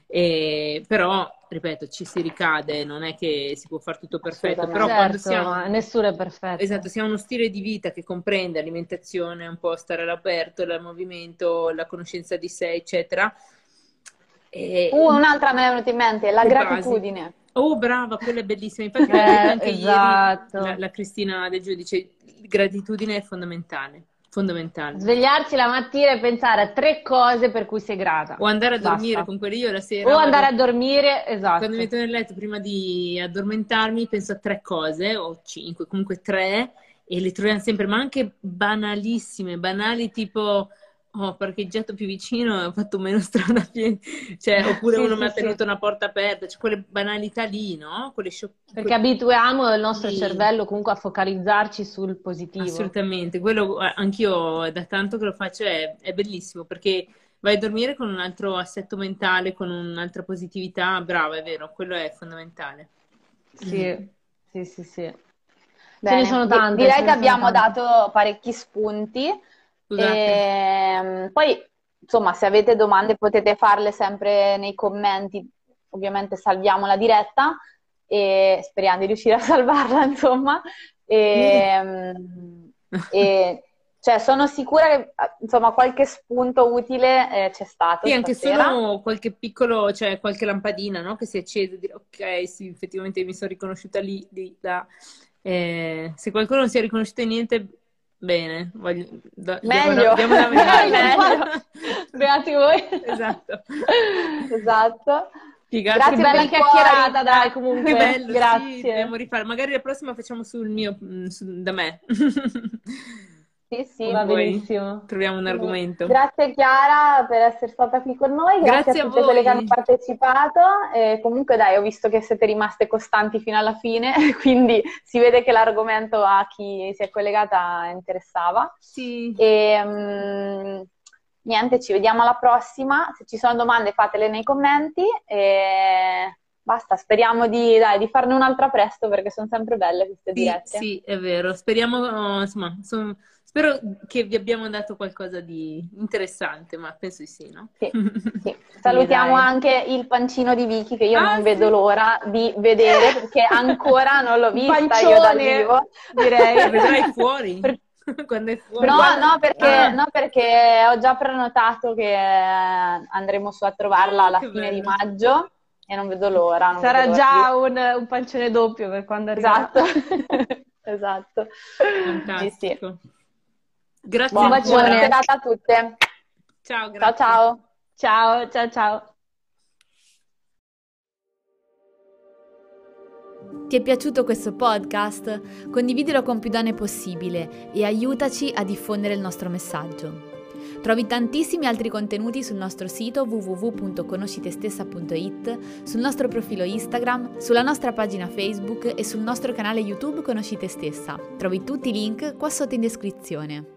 Però, ripeto, ci si ricade, non è che si può fare tutto perfetto, Assolutamente. però quando Certo, siamo... ma nessuno è perfetto. Esatto, si ha uno stile di vita che comprende alimentazione, un po' stare all'aperto, il movimento, la conoscenza di sé, eccetera. Un'altra me è venuta in mente, la le gratitudine. basi. Oh, brava, quella è bellissima. Infatti, l'ha detto anche esatto. ieri la Cristina Del Giudice, gratitudine è fondamentale, fondamentale. Svegliarsi la mattina e pensare a 3 cose per cui sei grata. O andare a dormire Basta. con quelli io la sera. O andare a dormire, esatto. Quando mi metto nel letto prima di addormentarmi penso a 3 cose, o 5, comunque 3, e le troviamo sempre, ma anche banalissime, banali tipo ho parcheggiato più vicino e ho fatto meno strada, cioè, oppure Sì, uno sì, mi ha sì. tenuto una porta aperta, cioè quelle banalità lì, no? Perché abituiamo il nostro Sì. cervello comunque a focalizzarci sul positivo. Assolutamente, quello anch'io è da tanto che lo faccio, è bellissimo perché vai a dormire con un altro assetto mentale, con un'altra positività, bravo, è vero, quello è fondamentale. Sì, sì, sì, sì. Ce Bene, ne sono tante. direi ce che ne sono abbiamo tante. dato parecchi spunti. Scusate. Poi, insomma, se avete domande potete farle sempre nei commenti. Ovviamente salviamo la diretta e speriamo di riuscire a salvarla, insomma. Cioè, sono sicura che, insomma, qualche spunto utile c'è stato Sì, anche stasera. solo qualche piccolo, cioè qualche lampadina, no? Che si accende e dire ok, sì, effettivamente mi sono riconosciuta lì, là. Se qualcuno non si è riconosciuto in niente, bene, Meglio. diamo una medaglia. Meglio. Beati voi. Esatto. Esatto. Figata. Grazie Che bella per i chiacchierata, cuori. dai, comunque. Che bello, Grazie. sì, dobbiamo rifare. Magari la prossima facciamo sul mio, da me. Sì, sì. Va Poi benissimo. troviamo un argomento. Grazie Chiara per essere stata qui con noi, grazie Grazie a a tutte quelle che hanno voi. partecipato. Comunque dai, ho visto che siete rimaste costanti fino alla fine, quindi si vede che l'argomento a chi si è collegata interessava. Sì. Niente, ci vediamo alla prossima. Se ci sono domande fatele nei commenti e basta, speriamo di farne un'altra presto perché sono sempre belle queste dirette. Sì, è vero. Speriamo, insomma, spero che vi abbiamo dato qualcosa di interessante, ma penso di sì, no? Sì, sì. Salutiamo dai. anche il pancino di Vicky che io non sì. vedo l'ora di vedere perché ancora non l'ho vista Pancione, io dal vivo. direi. Lo vedrai fuori? Quando è fuori? No, perché ho già prenotato che andremo su a trovarla alla che fine di bello. maggio e non vedo l'ora. non Sarà vedo l'ora già un pancione doppio per quando arriverà. Esatto, esatto. Fantastico. Sì, sì. Grazie Buon ancora. Buona serata a tutte. Ciao, grazie. Ciao, ciao. Ciao, ciao, ciao. Ti è piaciuto questo podcast? Condividilo con più donne possibile e aiutaci a diffondere il nostro messaggio. Trovi tantissimi altri contenuti sul nostro sito www.conoscitestessa.it, sul nostro profilo Instagram, sulla nostra pagina Facebook e sul nostro canale YouTube Conosci Te Stessa. Trovi tutti i link qua sotto in descrizione.